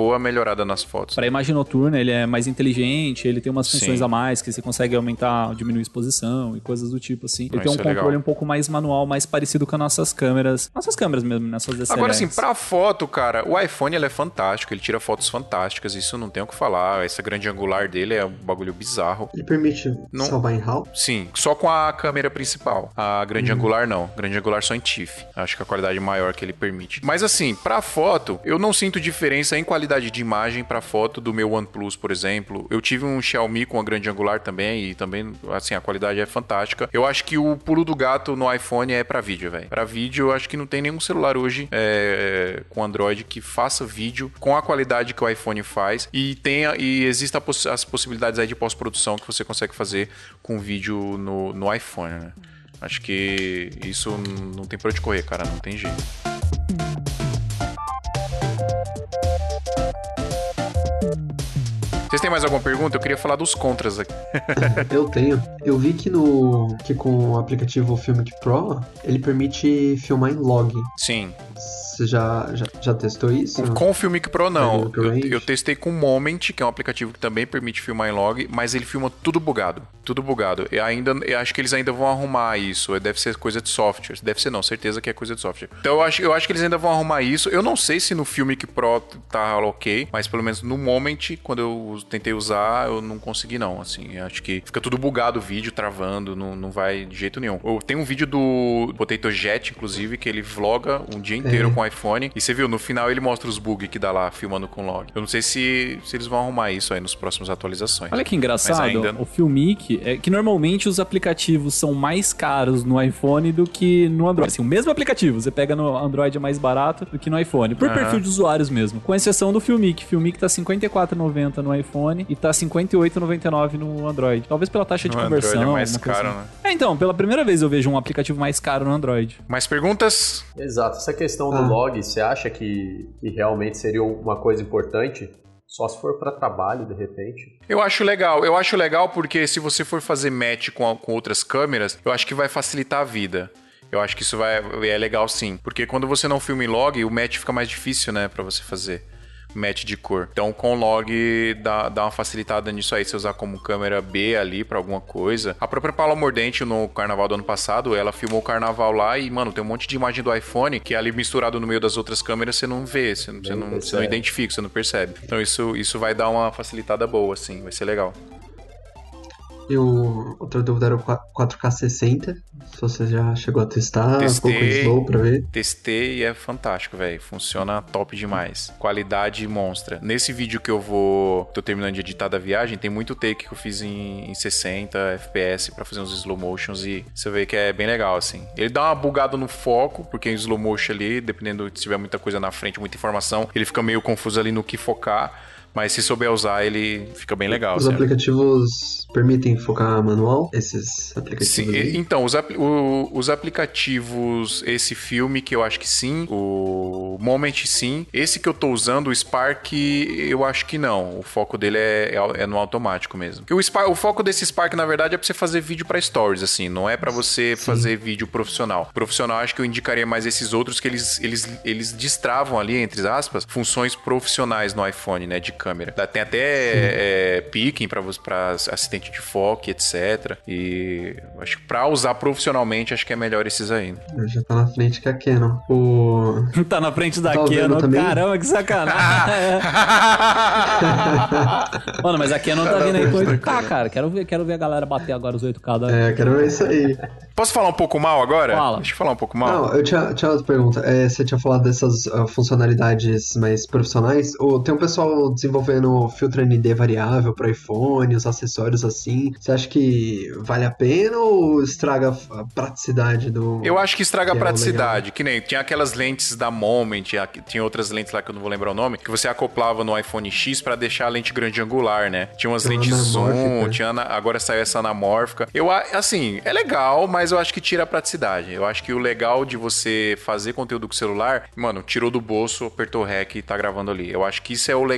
boa melhorada nas fotos. Para imagem noturna, ele é mais inteligente, ele tem umas funções Sim. a mais, que você consegue aumentar, diminuir a exposição e coisas do tipo assim. Ele Ah, tem um isso é controle legal. um pouco mais manual, mais parecido com as nossas câmeras. Nossas câmeras mesmo, nessas D S L R. Agora, assim, pra foto, cara, o iPhone ele é fantástico, ele tira fotos fantásticas, isso não tem o que falar. Essa grande angular dele é um bagulho bizarro. Ele permite Não- salvar em RAW? Sim, só com a câmera principal. A grande angular não. Grande angular só em T I F F. Acho que a qualidade maior que ele permite. Mas assim, pra foto, eu não sinto diferença em qualidade de imagem pra foto do meu OnePlus, por exemplo. Eu tive um Xiaomi com a grande angular também e também, assim, a qualidade é fantástica. Eu acho que o pulo do gato no iPhone é pra vídeo, velho. Pra vídeo, eu acho que não tem nenhum celular hoje é, com Android que faça vídeo com a qualidade que o iPhone faz e tenha e exista poss- as possibilidades aí de pós-produção que você consegue fazer com vídeo no, no iPhone, né? Acho que isso n- não tem pra onde correr, cara, não tem jeito. Vocês têm mais alguma pergunta? Eu queria falar dos contras aqui. Eu tenho. Eu vi que no que com o aplicativo Filmic Pro, ele permite filmar em log. Sim. Você já, já, já testou isso? Com o Filmic Pro, não. Dynamic Eu, Range? eu testei com o Moment, que é um aplicativo que também permite filmar em log, mas ele filma tudo bugado. Tudo bugado. E ainda, eu acho que eles ainda vão arrumar isso. Deve ser coisa de software. Deve ser não, certeza que é coisa de software. Então eu acho, eu acho que eles ainda vão arrumar isso. Eu não sei se no Filmic Pro tá ok, mas pelo menos no Moment, quando eu tentei usar, eu não consegui não. Assim, eu acho que fica tudo bugado o vídeo, travando, não, não vai de jeito nenhum. Eu tenho um vídeo do Potato Jet, inclusive, que ele vloga um dia inteiro É. com o iPhone. E você viu, no final ele mostra os bugs que dá lá, filmando com log. Eu não sei se, se eles vão arrumar isso aí nos próximos atualizações. Olha que engraçado, Mas ainda- o Filmic é que normalmente os aplicativos são mais caros no iPhone do que no Android. Assim, o mesmo aplicativo, você pega no Android é mais barato do que no iPhone, por Aham. perfil de usuários mesmo. Com exceção do Filmic. Filmic tá cinquenta e quatro reais e noventa centavos no iPhone e tá cinquenta e oito reais e noventa e nove centavos no Android. Talvez pela taxa de No Android conversão. é mais alguma coisa caro, assim. né? É, então, pela primeira vez eu vejo um aplicativo mais caro no Android. Mais perguntas? Exato. Essa questão do Ah. log, você acha que, que realmente seria uma coisa importante? Só se for para trabalho, de repente. Eu acho legal, eu acho legal porque se você for fazer match com, a- com outras câmeras, eu acho que vai facilitar a vida. Eu acho que isso vai, é legal sim. Porque quando você não filma em log, o match fica mais difícil, né, pra você fazer. Match de cor. Então com log dá, dá uma facilitada nisso aí, você usar como câmera B ali pra alguma coisa. A própria Paula Mordente no carnaval do ano passado, ela filmou o carnaval lá e, mano, tem um monte de imagem do iPhone que é ali misturado no meio das outras câmeras você não vê, você, não- você, não, você não identifica, você não percebe. Então isso, isso vai dar uma facilitada boa, assim, vai ser legal. E o outra dúvida era o quatro K sessenta. Se você já chegou a testar, Testei. um pouco slow pra ver. Testei e é fantástico, velho. Funciona top demais. Qualidade monstra. Nesse vídeo que eu vou... Tô terminando de editar da viagem, tem muito take que eu fiz em, em sessenta F P S pra fazer uns slow motions e você vê que é bem legal, assim. Ele dá uma bugada no foco, porque em slow motion ali, dependendo se tiver muita coisa na frente, muita informação, ele fica meio confuso ali no que focar. Mas se souber usar, ele fica bem legal. Os assim. aplicativos permitem focar manual? Esses aplicativos Sim, aí? e- então, os, apli- o- os aplicativos, esse filme que eu acho que sim, o Moment sim, esse que eu tô usando, o Spark, eu acho que não, o foco dele é, é, é no automático mesmo. Porque o, Spark, o foco desse Spark, na verdade, é pra você fazer vídeo pra stories, assim, não é pra você fazer vídeo profissional. Profissional, acho que eu indicaria mais esses outros que eles, eles, eles destravam ali, entre aspas, funções profissionais no iPhone, né, de câmera. Dá- Tem até é, picking pra, você- pra assistente de foco, etcétera. E acho que pra usar profissionalmente, acho que é melhor esses aí. Já tá na frente que a Canon. O... Tá na frente da Tá vendo Canon, também? caramba, que sacanagem. Mano, mas a Canon tá vindo aí com oito K, cara. Quero ver, quero ver a galera bater agora os oito K da... É, quero ver isso aí. Posso falar um pouco mal agora? Fala. Deixa eu falar um pouco mal. Não, eu tinha, tinha outra pergunta. É, você tinha falado dessas ah, funcionalidades mais profissionais. Ou tem um pessoal desenvolvendo filtro N D variável para iPhone, os acessórios assim. Você acha que vale a pena ou estraga a praticidade do... Eu acho que estraga a Que é o praticidade. Que nem tinha aquelas lentes da Moment, a- tinha outras lentes lá que eu não vou lembrar o nome, que você acoplava no iPhone X pra deixar a lente grande angular, né? Tinha umas Tinha uma lentes zoom, anamórfica. tinha ana- agora saiu essa anamórfica. Eu, a- assim, é legal, mas eu acho que tira a praticidade. Eu acho que o legal de você fazer conteúdo com o celular, mano, tirou do bolso, apertou o REC e tá gravando ali. Eu acho que isso é o legal, sabe?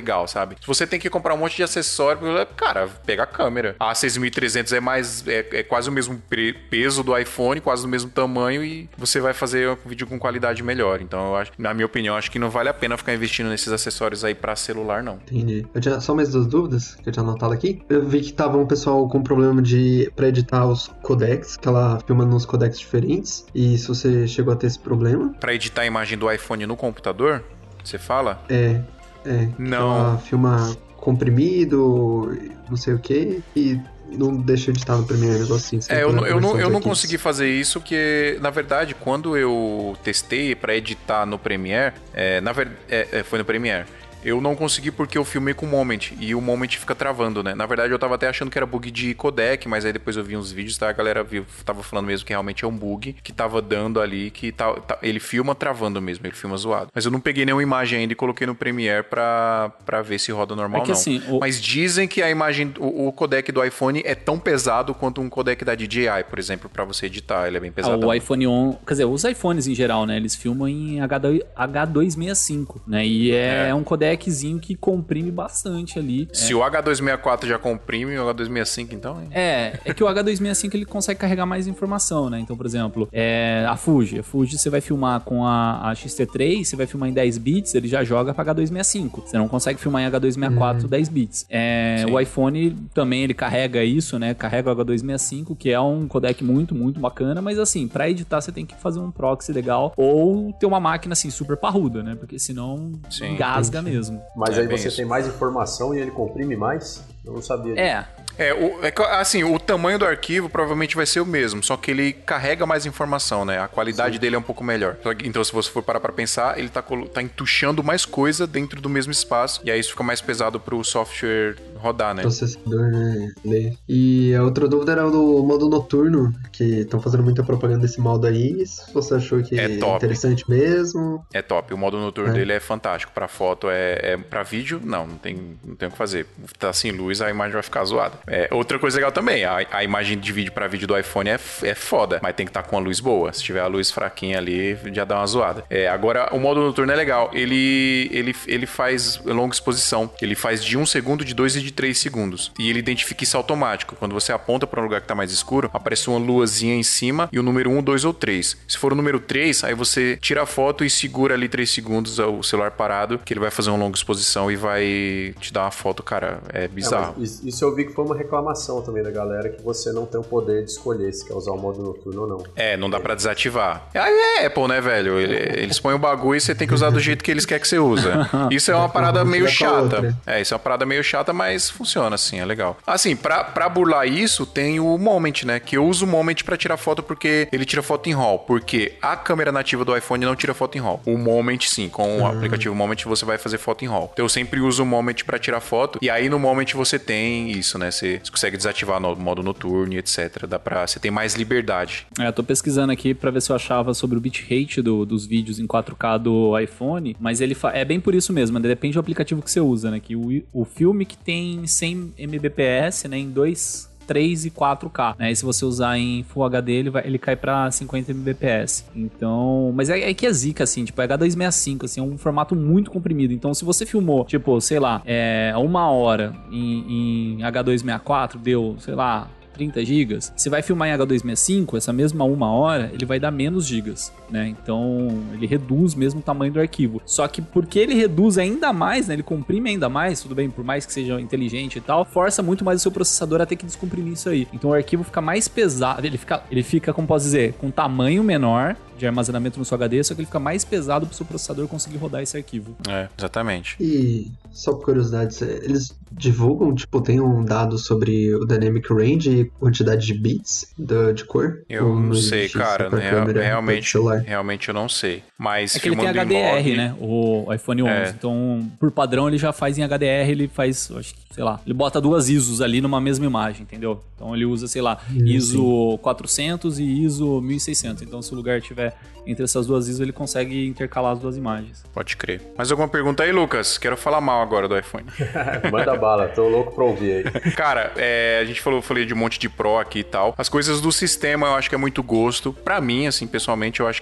sabe? Se você tem que comprar um monte de acessório, cara, pega a câmera. A seis mil e trezentos é mais, é, é quase o mesmo peso do iPhone, quase o mesmo tamanho e você vai fazer um vídeo com qualidade melhor. Então, eu acho, na minha opinião, acho que não vale a pena ficar investindo nesses acessórios aí pra celular, não. Entendi. Eu tinha só mais duas dúvidas que eu tinha anotado aqui. Eu vi que tava um pessoal com problema de pra editar os codecs, que ela filma nos codecs diferentes. E se você chegou a ter esse problema? Pra editar a imagem do iPhone no computador, você fala? É, é. Não. Ela filma comprimido, não sei o que, e não deixa de estar no Premiere, negócio assim. É, eu, eu, não, eu não consegui fazer isso, porque, na verdade, quando eu testei pra editar no Premiere, é, na ver, é, foi no Premiere, eu não consegui porque eu filmei com o Moment, e o Moment fica travando, né? Na verdade, eu tava até achando que era bug de codec, mas aí depois eu vi uns vídeos, tá? A galera viu, tava falando mesmo que realmente é um bug que tava dando ali, que tá, tá, ele filma travando mesmo, ele filma zoado. Mas eu não peguei nenhuma imagem ainda e coloquei no Premiere pra, pra ver se roda normal, é que, não. Assim, o... Mas dizem que a imagem, o, o codec do iPhone é tão pesado quanto um codec da D J I, por exemplo, pra você editar, ele é bem pesado. Ah, o iPhone onze, quer dizer, os iPhones em geral, né? Eles filmam em H duzentos e sessenta e cinco, né? E é, é um codeczinho que comprime bastante ali. Se é. o H duzentos e sessenta e quatro já comprime, o H duzentos e sessenta e cinco então... Hein? É, é que o H duzentos e sessenta e cinco ele consegue carregar mais informação, né? Então, por exemplo, é, a Fuji. A Fuji você vai filmar com a, a X T três, você vai filmar em dez bits, ele já joga para H duzentos e sessenta e cinco. Você não consegue filmar em H duzentos e sessenta e quatro uhum. dez bits. É, o iPhone também, ele carrega isso, né? Carrega o H duzentos e sessenta e cinco, que é um codec muito, muito bacana, mas assim, para editar você tem que fazer um proxy legal ou ter uma máquina assim super parruda, né? Porque senão Sim, engasga entendi. mesmo. Mas é aí você isso. tem mais informação e ele comprime mais? Eu não sabia disso. É. É, o, é, assim, o tamanho do arquivo provavelmente vai ser o mesmo, só que ele carrega mais informação, né? A qualidade Sim. dele é um pouco melhor. Então, se você for parar pra pensar, ele tá, tá entuchando mais coisa dentro do mesmo espaço, e aí isso fica mais pesado pro software rodar, né? Processador, né? E a outra dúvida era do modo noturno, que estão fazendo muita propaganda desse modo aí. Se você achou que é top. Interessante mesmo. É top. O modo noturno é. dele é fantástico. Pra foto é, é... Pra vídeo, não. Não tem, não tem o que fazer. Tá sem luz, a imagem vai ficar zoada. É, outra coisa legal também, a, a imagem de vídeo pra vídeo do iPhone é, é foda, mas tem que estar tá com a luz boa. Se tiver a luz fraquinha ali, já dá uma zoada. É, agora, o modo noturno é legal. Ele, ele, ele faz longa exposição. Ele faz de um segundo, de dois e de três segundos. E ele identifica isso automático. Quando você aponta pra um lugar que tá mais escuro, aparece uma luazinha em cima e o número um, dois ou três. Se for o número três, aí você tira a foto e segura ali três segundos o celular parado, que ele vai fazer uma longa exposição e vai te dar uma foto, cara, é bizarro. É, isso eu vi que foi uma reclamação também da galera, que você não tem o poder de escolher se quer usar o modo noturno ou não. É, não dá pra desativar. Aí é Apple, né, velho? Eles põem o bagulho e você tem que usar do jeito que eles querem que você usa. Isso é uma parada meio chata. É, isso é uma parada meio chata, mas funciona assim, é legal. Assim, pra, pra burlar isso, tem o Moment, né? Que eu uso o Moment pra tirar foto porque ele tira foto em RAW. Porque a câmera nativa do iPhone não tira foto em RAW. O Moment, sim. Com o uhum. aplicativo Moment, você vai fazer foto em RAW. Então eu sempre uso o Moment pra tirar foto. E aí no Moment você tem isso, né? Você consegue desativar no modo noturno e etcétera. Dá pra... Você tem mais liberdade. É, eu tô pesquisando aqui pra ver se eu achava sobre o bitrate do, dos vídeos em quatro K do iPhone, mas ele fa... é bem por isso mesmo, né? Depende do aplicativo que você usa, né? Que o, o filme que tem cem megabits, né? Em dois... três e quatro K, né? E se você usar em Full H D, ele, vai, ele cai pra cinquenta megabits. Então... Mas é, é que é zica, assim, tipo, é H duzentos e sessenta e cinco, assim, é um formato muito comprimido. Então, se você filmou, tipo, sei lá, é, uma hora em, em H duzentos e sessenta e quatro, deu, sei lá, trinta gigas, você vai filmar em H duzentos e sessenta e cinco, essa mesma uma hora, ele vai dar menos gigas, né? Então, ele reduz mesmo o tamanho do arquivo. Só que porque ele reduz ainda mais, né? Ele comprime ainda mais, tudo bem, por mais que seja inteligente e tal, força muito mais o seu processador a ter que descomprimir isso aí. Então, o arquivo fica mais pesado, ele fica, ele fica, como posso dizer, com tamanho menor de armazenamento no seu H D, só que ele fica mais pesado pro seu processador conseguir rodar esse arquivo. É, exatamente. E, só por curiosidade, eles divulgam, tipo, tem um dado sobre o Dynamic Range e quantidade de bits do, de cor? Eu não sei, cara, real, realmente, realmente eu não sei. Mas é que ele tem H D R, imóvel, né, o iPhone onze, é. Então, por padrão, ele já faz em H D R, ele faz, acho que, sei lá, ele bota duas I S Os ali numa mesma imagem, entendeu? Então, ele usa, sei lá, hum, I S O sim. quatrocentos e I S O mil e seiscentos. Então, se o lugar tiver entre essas duas I S Os, ele consegue intercalar as duas imagens. Pode crer. Mais alguma pergunta aí, Lucas? Quero falar mal agora do iPhone. Manda bala, tô louco pra ouvir aí. Cara, é, a gente falou, falei de um monte de Pro aqui e tal. As coisas do sistema eu acho que é muito gosto. Pra mim, assim, pessoalmente, eu acho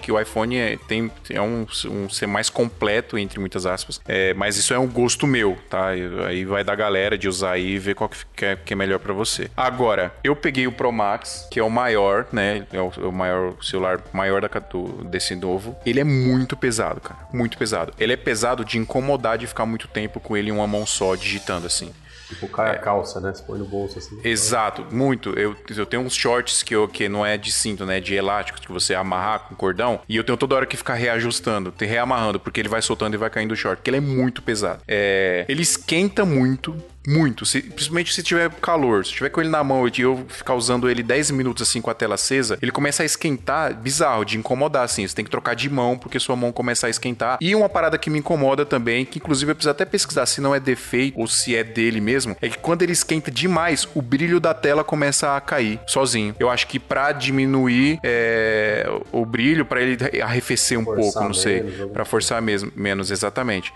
que o iPhone é, tem, é um, um ser mais completo, entre muitas aspas. É, mas isso é um gosto meu, tá? Eu, aí vai da galera de usar aí e ver qual que é, que é melhor pra você. Agora, eu peguei o Pro Max, que é o maior, né? É o, é o maior o celular maior da, do, desse novo. Ele é muito pesado, cara. Muito pesado. Ele é pesado de incomodar de ficar muito tempo com ele em uma mão só, digitando assim. Tipo, cai a calça, né? Você põe no bolso assim. Exato, muito. Eu, eu tenho uns shorts que, eu, que não é de cinto, né? De elástico, que você amarrar com cordão. E eu tenho toda hora que ficar reajustando, te reamarrando, porque ele vai soltando e vai caindo o short. Porque ele é muito pesado. É, ele esquenta muito. Muito, se, principalmente se tiver calor. Se tiver com ele na mão e eu ficar usando ele dez minutos assim com a tela acesa, ele começa a esquentar, bizarro, de incomodar assim. Você tem que trocar de mão porque sua mão começa a esquentar. E uma parada que me incomoda também, que inclusive eu preciso até pesquisar se não é defeito ou se é dele mesmo, é que quando ele esquenta demais, o brilho da tela começa a cair sozinho. Eu acho que pra diminuir é, o brilho, pra ele arrefecer um forçar pouco, não sei, menos, pra forçar mesmo, menos, exatamente.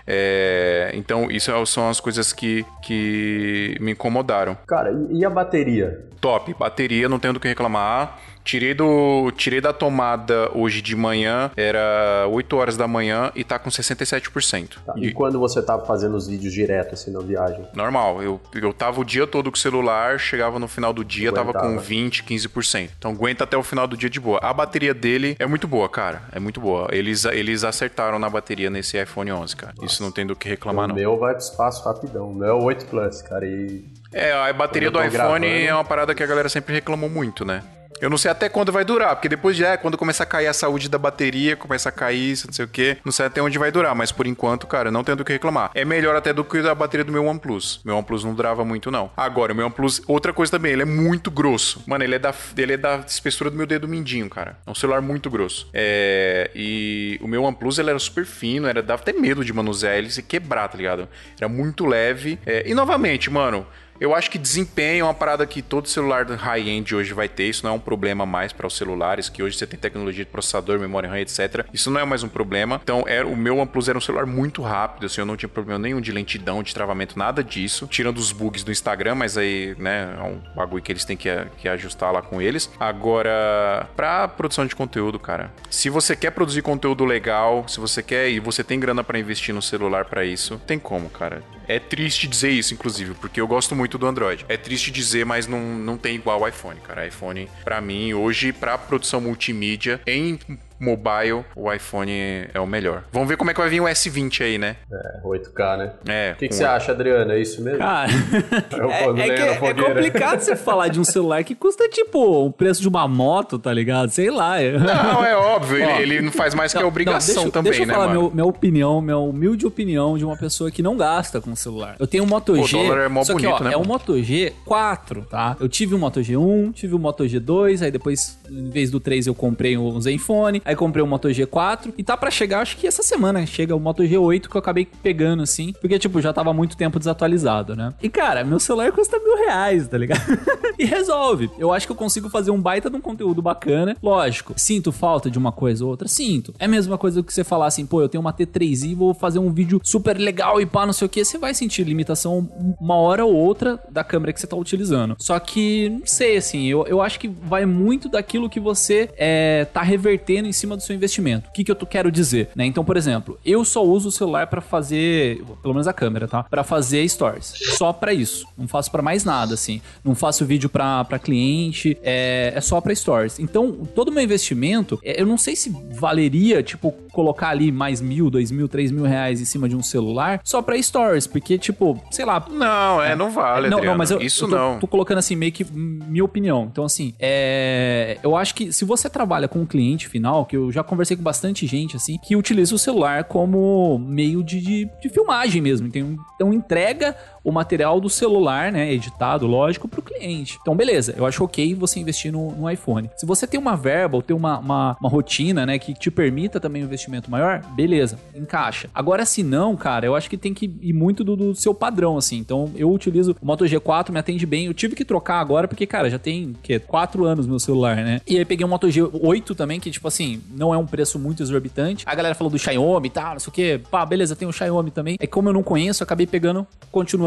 É, então isso são as coisas que, que me incomodaram. Cara, e a bateria? Top, bateria, não tenho do que reclamar. Tirei, do, tirei da tomada hoje de manhã, era oito horas da manhã e tá com sessenta e sete por cento. Tá, e, e quando você tava fazendo os vídeos direto assim na viagem? Normal, eu, eu tava o dia todo com o celular, chegava no final do dia, aguentava. Tava com vinte, quinze por cento. Então aguenta até o final do dia de boa. A bateria dele é muito boa, cara, é muito boa. Eles, eles acertaram na bateria nesse iPhone onze, cara. Nossa. Isso não tem do que reclamar, o não. O meu vai pro espaço rapidão, o meu é o oito Plus, cara, e... É, a bateria do iPhone gravando. É uma parada que a galera sempre reclamou muito, né? Eu não sei até quando vai durar, porque depois de, é, quando começar a cair a saúde da bateria, começa a cair, não sei o que, não sei até onde vai durar, mas por enquanto, cara, não tenho do que reclamar. É melhor até do que a bateria do meu OnePlus. Meu OnePlus não durava muito, não. Agora, o meu OnePlus, outra coisa também, ele é muito grosso. Mano, ele é da, ele é da espessura do meu dedo mindinho, cara. É um celular muito grosso. É, e o meu OnePlus, ele era super fino, era, dava até medo de manusear ele e se quebrar, tá ligado? Era muito leve. É, e novamente, mano... Eu acho que desempenho é uma parada que todo celular high-end hoje vai ter. Isso não é um problema mais para os celulares, que hoje você tem tecnologia de processador, memória RAM, etcétera. Isso não é mais um problema. Então, era, o meu OnePlus era um celular muito rápido, assim, eu não tinha problema nenhum de lentidão, de travamento, nada disso. Tirando os bugs do Instagram, mas aí, né, é um bagulho que eles têm que, que ajustar lá com eles. Agora, pra produção de conteúdo, cara, se você quer produzir conteúdo legal, se você quer e você tem grana para investir no celular para isso, tem como, cara. É triste dizer isso, inclusive, porque eu gosto muito do Android. É triste dizer, mas não, não tem igual o iPhone, cara. iPhone, pra mim, hoje, pra produção multimídia, em mobile, o iPhone é o melhor. Vamos ver como é que vai vir o S vinte aí, né? É, oito K, né? É. O que, que você acha, Adriano? É isso mesmo? Cara, é, é, que é, é complicado você falar de um celular que custa, tipo, o preço de uma moto, tá ligado? Sei lá. Não, é óbvio. Ó, ele, ele não faz mais não, que a obrigação não, deixa, também, deixa eu né, falar mano? Meu, minha opinião, minha humilde opinião de uma pessoa que não gasta com celular. Eu tenho um Moto G, Pô, o dólar é mó só bonito, que, ó, né? É um Moto G quatro, tá? Eu tive um Moto G um, tive um Moto G dois, aí depois, em vez do três, eu comprei um Zenfone, aí comprei um Moto G quatro, e tá pra chegar, acho que essa semana chega o Moto G oito, que eu acabei pegando, assim, porque, tipo, já tava muito tempo desatualizado, né? E, cara, meu celular custa mil reais, tá ligado? E resolve. Eu acho que eu consigo fazer um baita de um conteúdo bacana. Lógico, sinto falta de uma coisa ou outra? Sinto. É a mesma coisa que você falar assim, pô, eu tenho uma T três i, vou fazer um vídeo super legal e pá, não sei o que, você vai sentir limitação uma hora ou outra da câmera que você tá utilizando. Só que, não sei, assim, eu, eu acho que vai muito daquilo que você é, tá revertendo em cima do seu investimento. O que que eu quero dizer, né? Então, por exemplo, eu só uso o celular pra fazer, pelo menos a câmera, tá? Pra fazer stories. Só pra isso. Não faço pra mais nada, assim. Não faço vídeo pra, pra cliente, é, é só pra stories. Então, todo o meu investimento, eu não sei se valeria, tipo, colocar ali mais mil, dois mil, três mil reais em cima de um celular só pra stories, porque, tipo, sei lá... Não, é, não vale, Não, Adriano. não, mas eu, isso eu tô, não. tô colocando assim, meio que minha opinião. Então, assim, é, eu acho que se você trabalha com um cliente final, que eu já conversei com bastante gente, assim, que utiliza o celular como meio de, de, de filmagem mesmo. Então, então, entrega o material do celular, né, editado, lógico, pro cliente. Então, beleza, eu acho ok você investir no, no iPhone. Se você tem uma verba ou tem uma, uma, uma rotina, né, que te permita também um investimento maior, beleza, encaixa. Agora, se não, cara, eu acho que tem que ir muito do, do seu padrão, assim. Então, eu utilizo o Moto G quatro, me atende bem. Eu tive que trocar agora, porque, cara, já tem, que quatro anos meu celular, né? E aí, peguei um Moto G oito também, que, tipo assim, não é um preço muito exorbitante. A galera falou do Xiaomi e tal, não sei o que. Pá, beleza, tem o Xiaomi também. É como eu não conheço, eu acabei pegando, continuando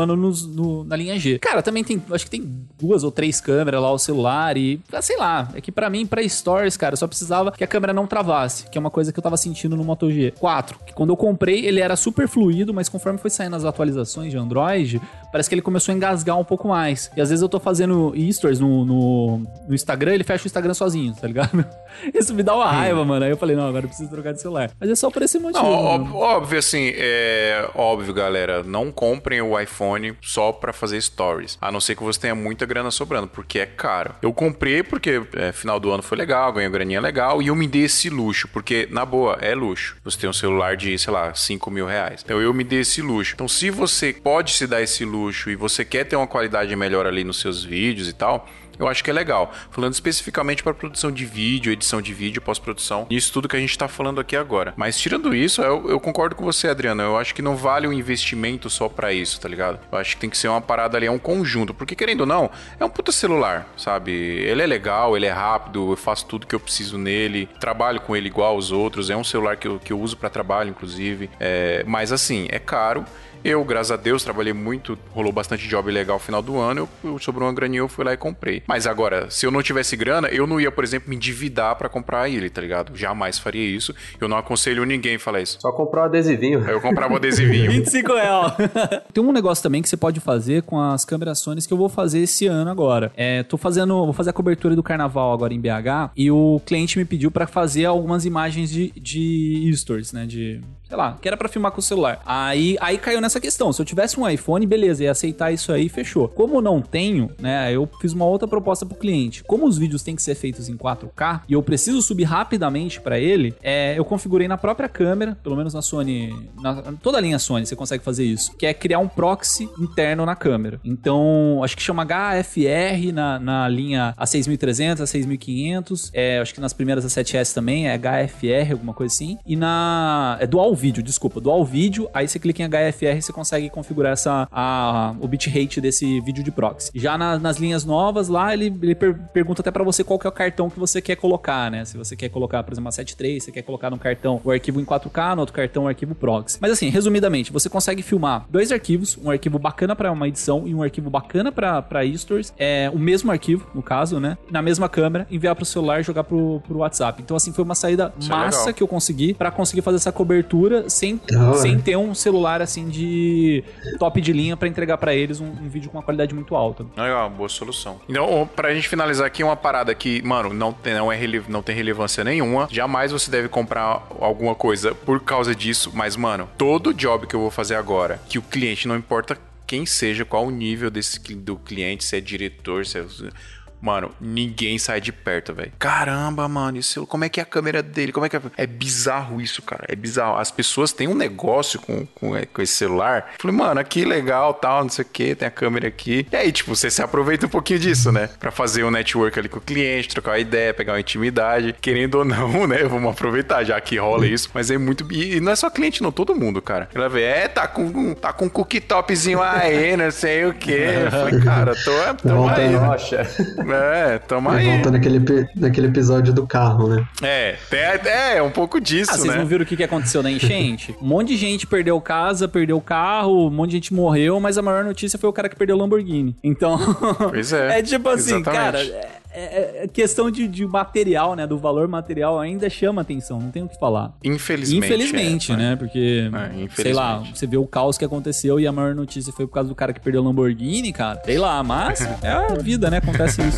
continuando nos, no, na linha G. Cara, também tem, acho que tem duas ou três câmeras lá, o celular e, sei lá, é que pra mim, pra stories, cara, eu só precisava que a câmera não travasse, que é uma coisa que eu tava sentindo no Moto G quatro, que quando eu comprei, ele era super fluido, mas conforme foi saindo as atualizações de Android, parece que ele começou a engasgar um pouco mais. E às vezes eu tô fazendo stories no, no, no Instagram, ele fecha o Instagram sozinho, tá ligado? Isso me dá uma raiva, mano. Aí eu falei, não, agora eu preciso trocar de celular. Mas é só por esse motivo. Não, óbvio, óbvio, assim, é óbvio, galera, não comprem o iPhone só pra fazer stories, a não ser que você tenha muita grana sobrando, porque é caro. Eu comprei porque é, final do ano foi legal, ganhei graninha legal, e eu me dei esse luxo, porque, na boa, é luxo. Você tem um celular de, sei lá, cinco mil reais. Então eu me dei esse luxo. Então se você pode se dar esse luxo e você quer ter uma qualidade melhor ali nos seus vídeos e tal, eu acho que é legal. Falando especificamente para produção de vídeo, edição de vídeo, pós-produção, isso tudo que a gente tá falando aqui agora. Mas tirando isso, eu, eu concordo com você, Adriano. Eu acho que não vale o investimento só para isso, tá ligado? Eu acho que tem que ser uma parada ali, é um conjunto. Porque, querendo ou não, é um puta celular, sabe? Ele é legal, ele é rápido, eu faço tudo que eu preciso nele, trabalho com ele igual aos outros. É um celular que eu, que eu uso para trabalho, inclusive. É, mas, assim, é caro. Eu, graças a Deus, trabalhei muito, rolou bastante job legal no final do ano, eu, eu sobrou uma graninha, eu fui lá e comprei. Mas agora, se eu não tivesse grana, eu não ia, por exemplo, me endividar pra comprar ele, tá ligado? Jamais faria isso. Eu não aconselho ninguém a falar isso. Só comprar um adesivinho. Aí eu comprava o adesivinho. vinte e cinco reais. Tem um negócio também que você pode fazer com as câmeras Sony que eu vou fazer esse ano agora. É, tô fazendo, vou fazer a cobertura do carnaval agora em B H e o cliente me pediu pra fazer algumas imagens de, de stories, né? De... sei lá, que era pra filmar com o celular. Aí, aí caiu nessa questão. Se eu tivesse um iPhone, beleza, ia aceitar isso aí e fechou. Como não tenho, né, eu fiz uma outra proposta pro cliente. Como os vídeos têm que ser feitos em quatro K e eu preciso subir rapidamente pra ele, é, eu configurei na própria câmera, pelo menos na Sony, na, toda a linha Sony você consegue fazer isso, que é criar um proxy interno na câmera. Então, acho que chama H F R na, na linha A seis mil e trezentos, A seis mil e quinhentos, é, acho que nas primeiras A sete S também é H F R, alguma coisa assim, e na... é dual vídeo, desculpa, dual vídeo, aí você clica em H F R e você consegue configurar essa, a, o bitrate desse vídeo de proxy. Já na, nas linhas novas lá, ele, ele per, pergunta até pra você qual que é o cartão que você quer colocar, né? Se você quer colocar, por exemplo, a setenta e três, você quer colocar no cartão o arquivo em quatro K, no outro cartão o arquivo proxy. Mas assim, resumidamente, você consegue filmar dois arquivos, um arquivo bacana pra uma edição e um arquivo bacana pra, pra stories, é o mesmo arquivo, no caso, né? Na mesma câmera, enviar pro celular e jogar pro, pro WhatsApp. Então assim, foi uma saída Isso massa é que eu consegui pra conseguir fazer essa cobertura sem, sem ter um celular assim de top de linha pra entregar pra eles um, um vídeo com uma qualidade muito alta. Legal, boa solução. Então, pra gente finalizar aqui, uma parada que, mano, não tem, não é rele- não tem relevância nenhuma. Jamais você deve comprar alguma coisa por causa disso, mas, mano, todo job que eu vou fazer agora, que o cliente, não importa quem seja, qual o nível desse, do cliente, se é diretor, se é... Mano, ninguém sai de perto, velho. Caramba, mano, isso, como é que é a câmera dele? Como é que é? É bizarro isso, cara. É bizarro. As pessoas têm um negócio com, com, com esse celular. Falei, mano, aqui legal, tal, não sei o que, tem a câmera aqui. E aí, tipo, você se aproveita um pouquinho disso, né? Pra fazer um network ali com o cliente, trocar uma ideia, pegar uma intimidade. Querendo ou não, né? Vamos aproveitar, já que rola isso. Mas é muito... E não é só cliente, não. Todo mundo, cara. Ela vê, é, tá com, tá com um cooktopzinho aí, não sei o que. Eu falei, cara, tô, tô aí. Nossa. É, toma aí. Volta naquele, naquele episódio do carro, né? É, é, é um pouco disso, ah, né? Vocês não viram o que, que aconteceu na enchente? Um monte de gente perdeu casa, perdeu carro, um monte de gente morreu, mas a maior notícia foi o cara que perdeu o Lamborghini. Então, pois é, é tipo assim, exatamente. cara... É... É, é questão de, de material, né? Do valor material ainda chama atenção, não tem o que falar. Infelizmente. Infelizmente, é, né? Porque, é, sei lá, você vê o caos que aconteceu e a maior notícia foi por causa do cara que perdeu o Lamborghini, cara. Sei lá, mas é a vida, né? Acontece isso.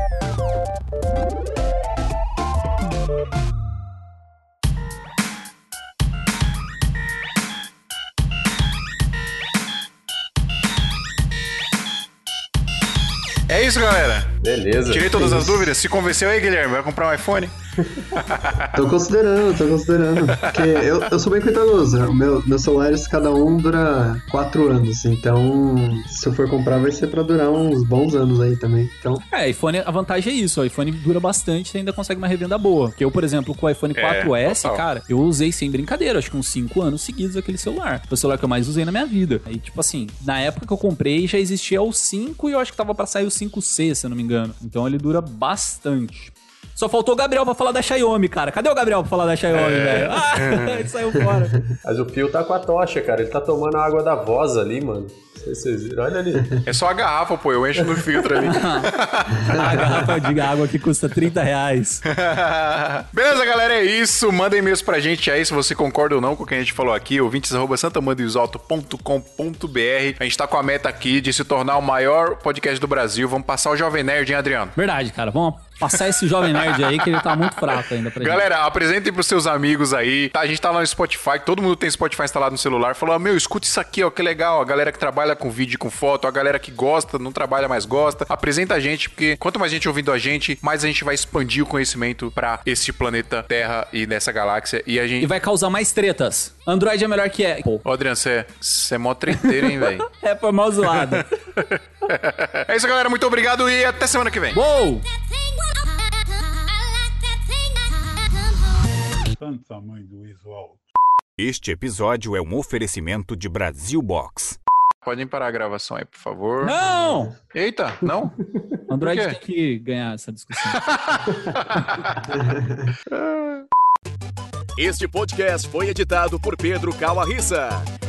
É isso, galera. Beleza. Tirei todas é as isso. dúvidas. Se convenceu aí, Guilherme, vai comprar um iPhone? Tô considerando, tô considerando. Porque eu, eu sou bem cuidadoso. Meu, meus celulares, cada um dura quatro anos. Então, se eu for comprar, vai ser pra durar uns bons anos aí também. Então... É, iPhone, a vantagem é isso. O iPhone dura bastante, você ainda consegue uma revenda boa. Porque eu, por exemplo, com o iPhone quatro S, total. cara, eu usei sem brincadeira, acho que uns cinco anos seguidos aquele celular. Foi o celular que eu mais usei na minha vida. Aí, tipo assim, na época que eu comprei, já existia o cinco e eu acho que tava pra sair o cinco C, se eu não me engano. Então ele dura bastante. Só faltou o Gabriel pra falar da Xiaomi, cara. Cadê o Gabriel pra falar da Xiaomi, é. velho? Ah, ele saiu fora. Mas o Pio tá com a tocha, cara. Ele tá tomando a água da voz ali, mano. Vocês viram? Olha ali. É só a garrafa, pô, eu encho no filtro ali. A garrafa de água aqui custa trinta reais. Beleza, galera, é isso. Manda e-mails pra gente aí se você concorda ou não com o que a gente falou aqui, ouvintes arroba santamandoisalto ponto com ponto b r. A gente tá com a meta aqui de se tornar o maior podcast do Brasil. Vamos passar o Jovem Nerd, hein, Adriano? Verdade, cara. Vamos passar esse Jovem Nerd aí que ele tá muito fraco ainda pra gente. Galera, apresentem pros seus amigos aí. Tá, a gente tá lá no Spotify, todo mundo tem Spotify instalado no celular. Falou, meu, escuta isso aqui, ó, que legal. A galera que trabalha com vídeo e com foto, a galera que gosta, não trabalha, mas gosta. Apresenta a gente, porque quanto mais gente ouvindo a gente, mais a gente vai expandir o conhecimento pra este planeta Terra e nessa galáxia. E a gente... E vai causar mais tretas. Android é melhor que é. Ô, Adriano, você é mó treteiro, hein, velho? É, foi mal zoado. É isso, galera. Muito obrigado e até semana que vem. Uou! Santa Mãe do Iso. Este episódio é um oferecimento de Brasil Box. Podem parar a gravação aí, por favor. Não! Eita, não? Android tem que ganhar essa discussão. Este podcast foi editado por Pedro Calarissa.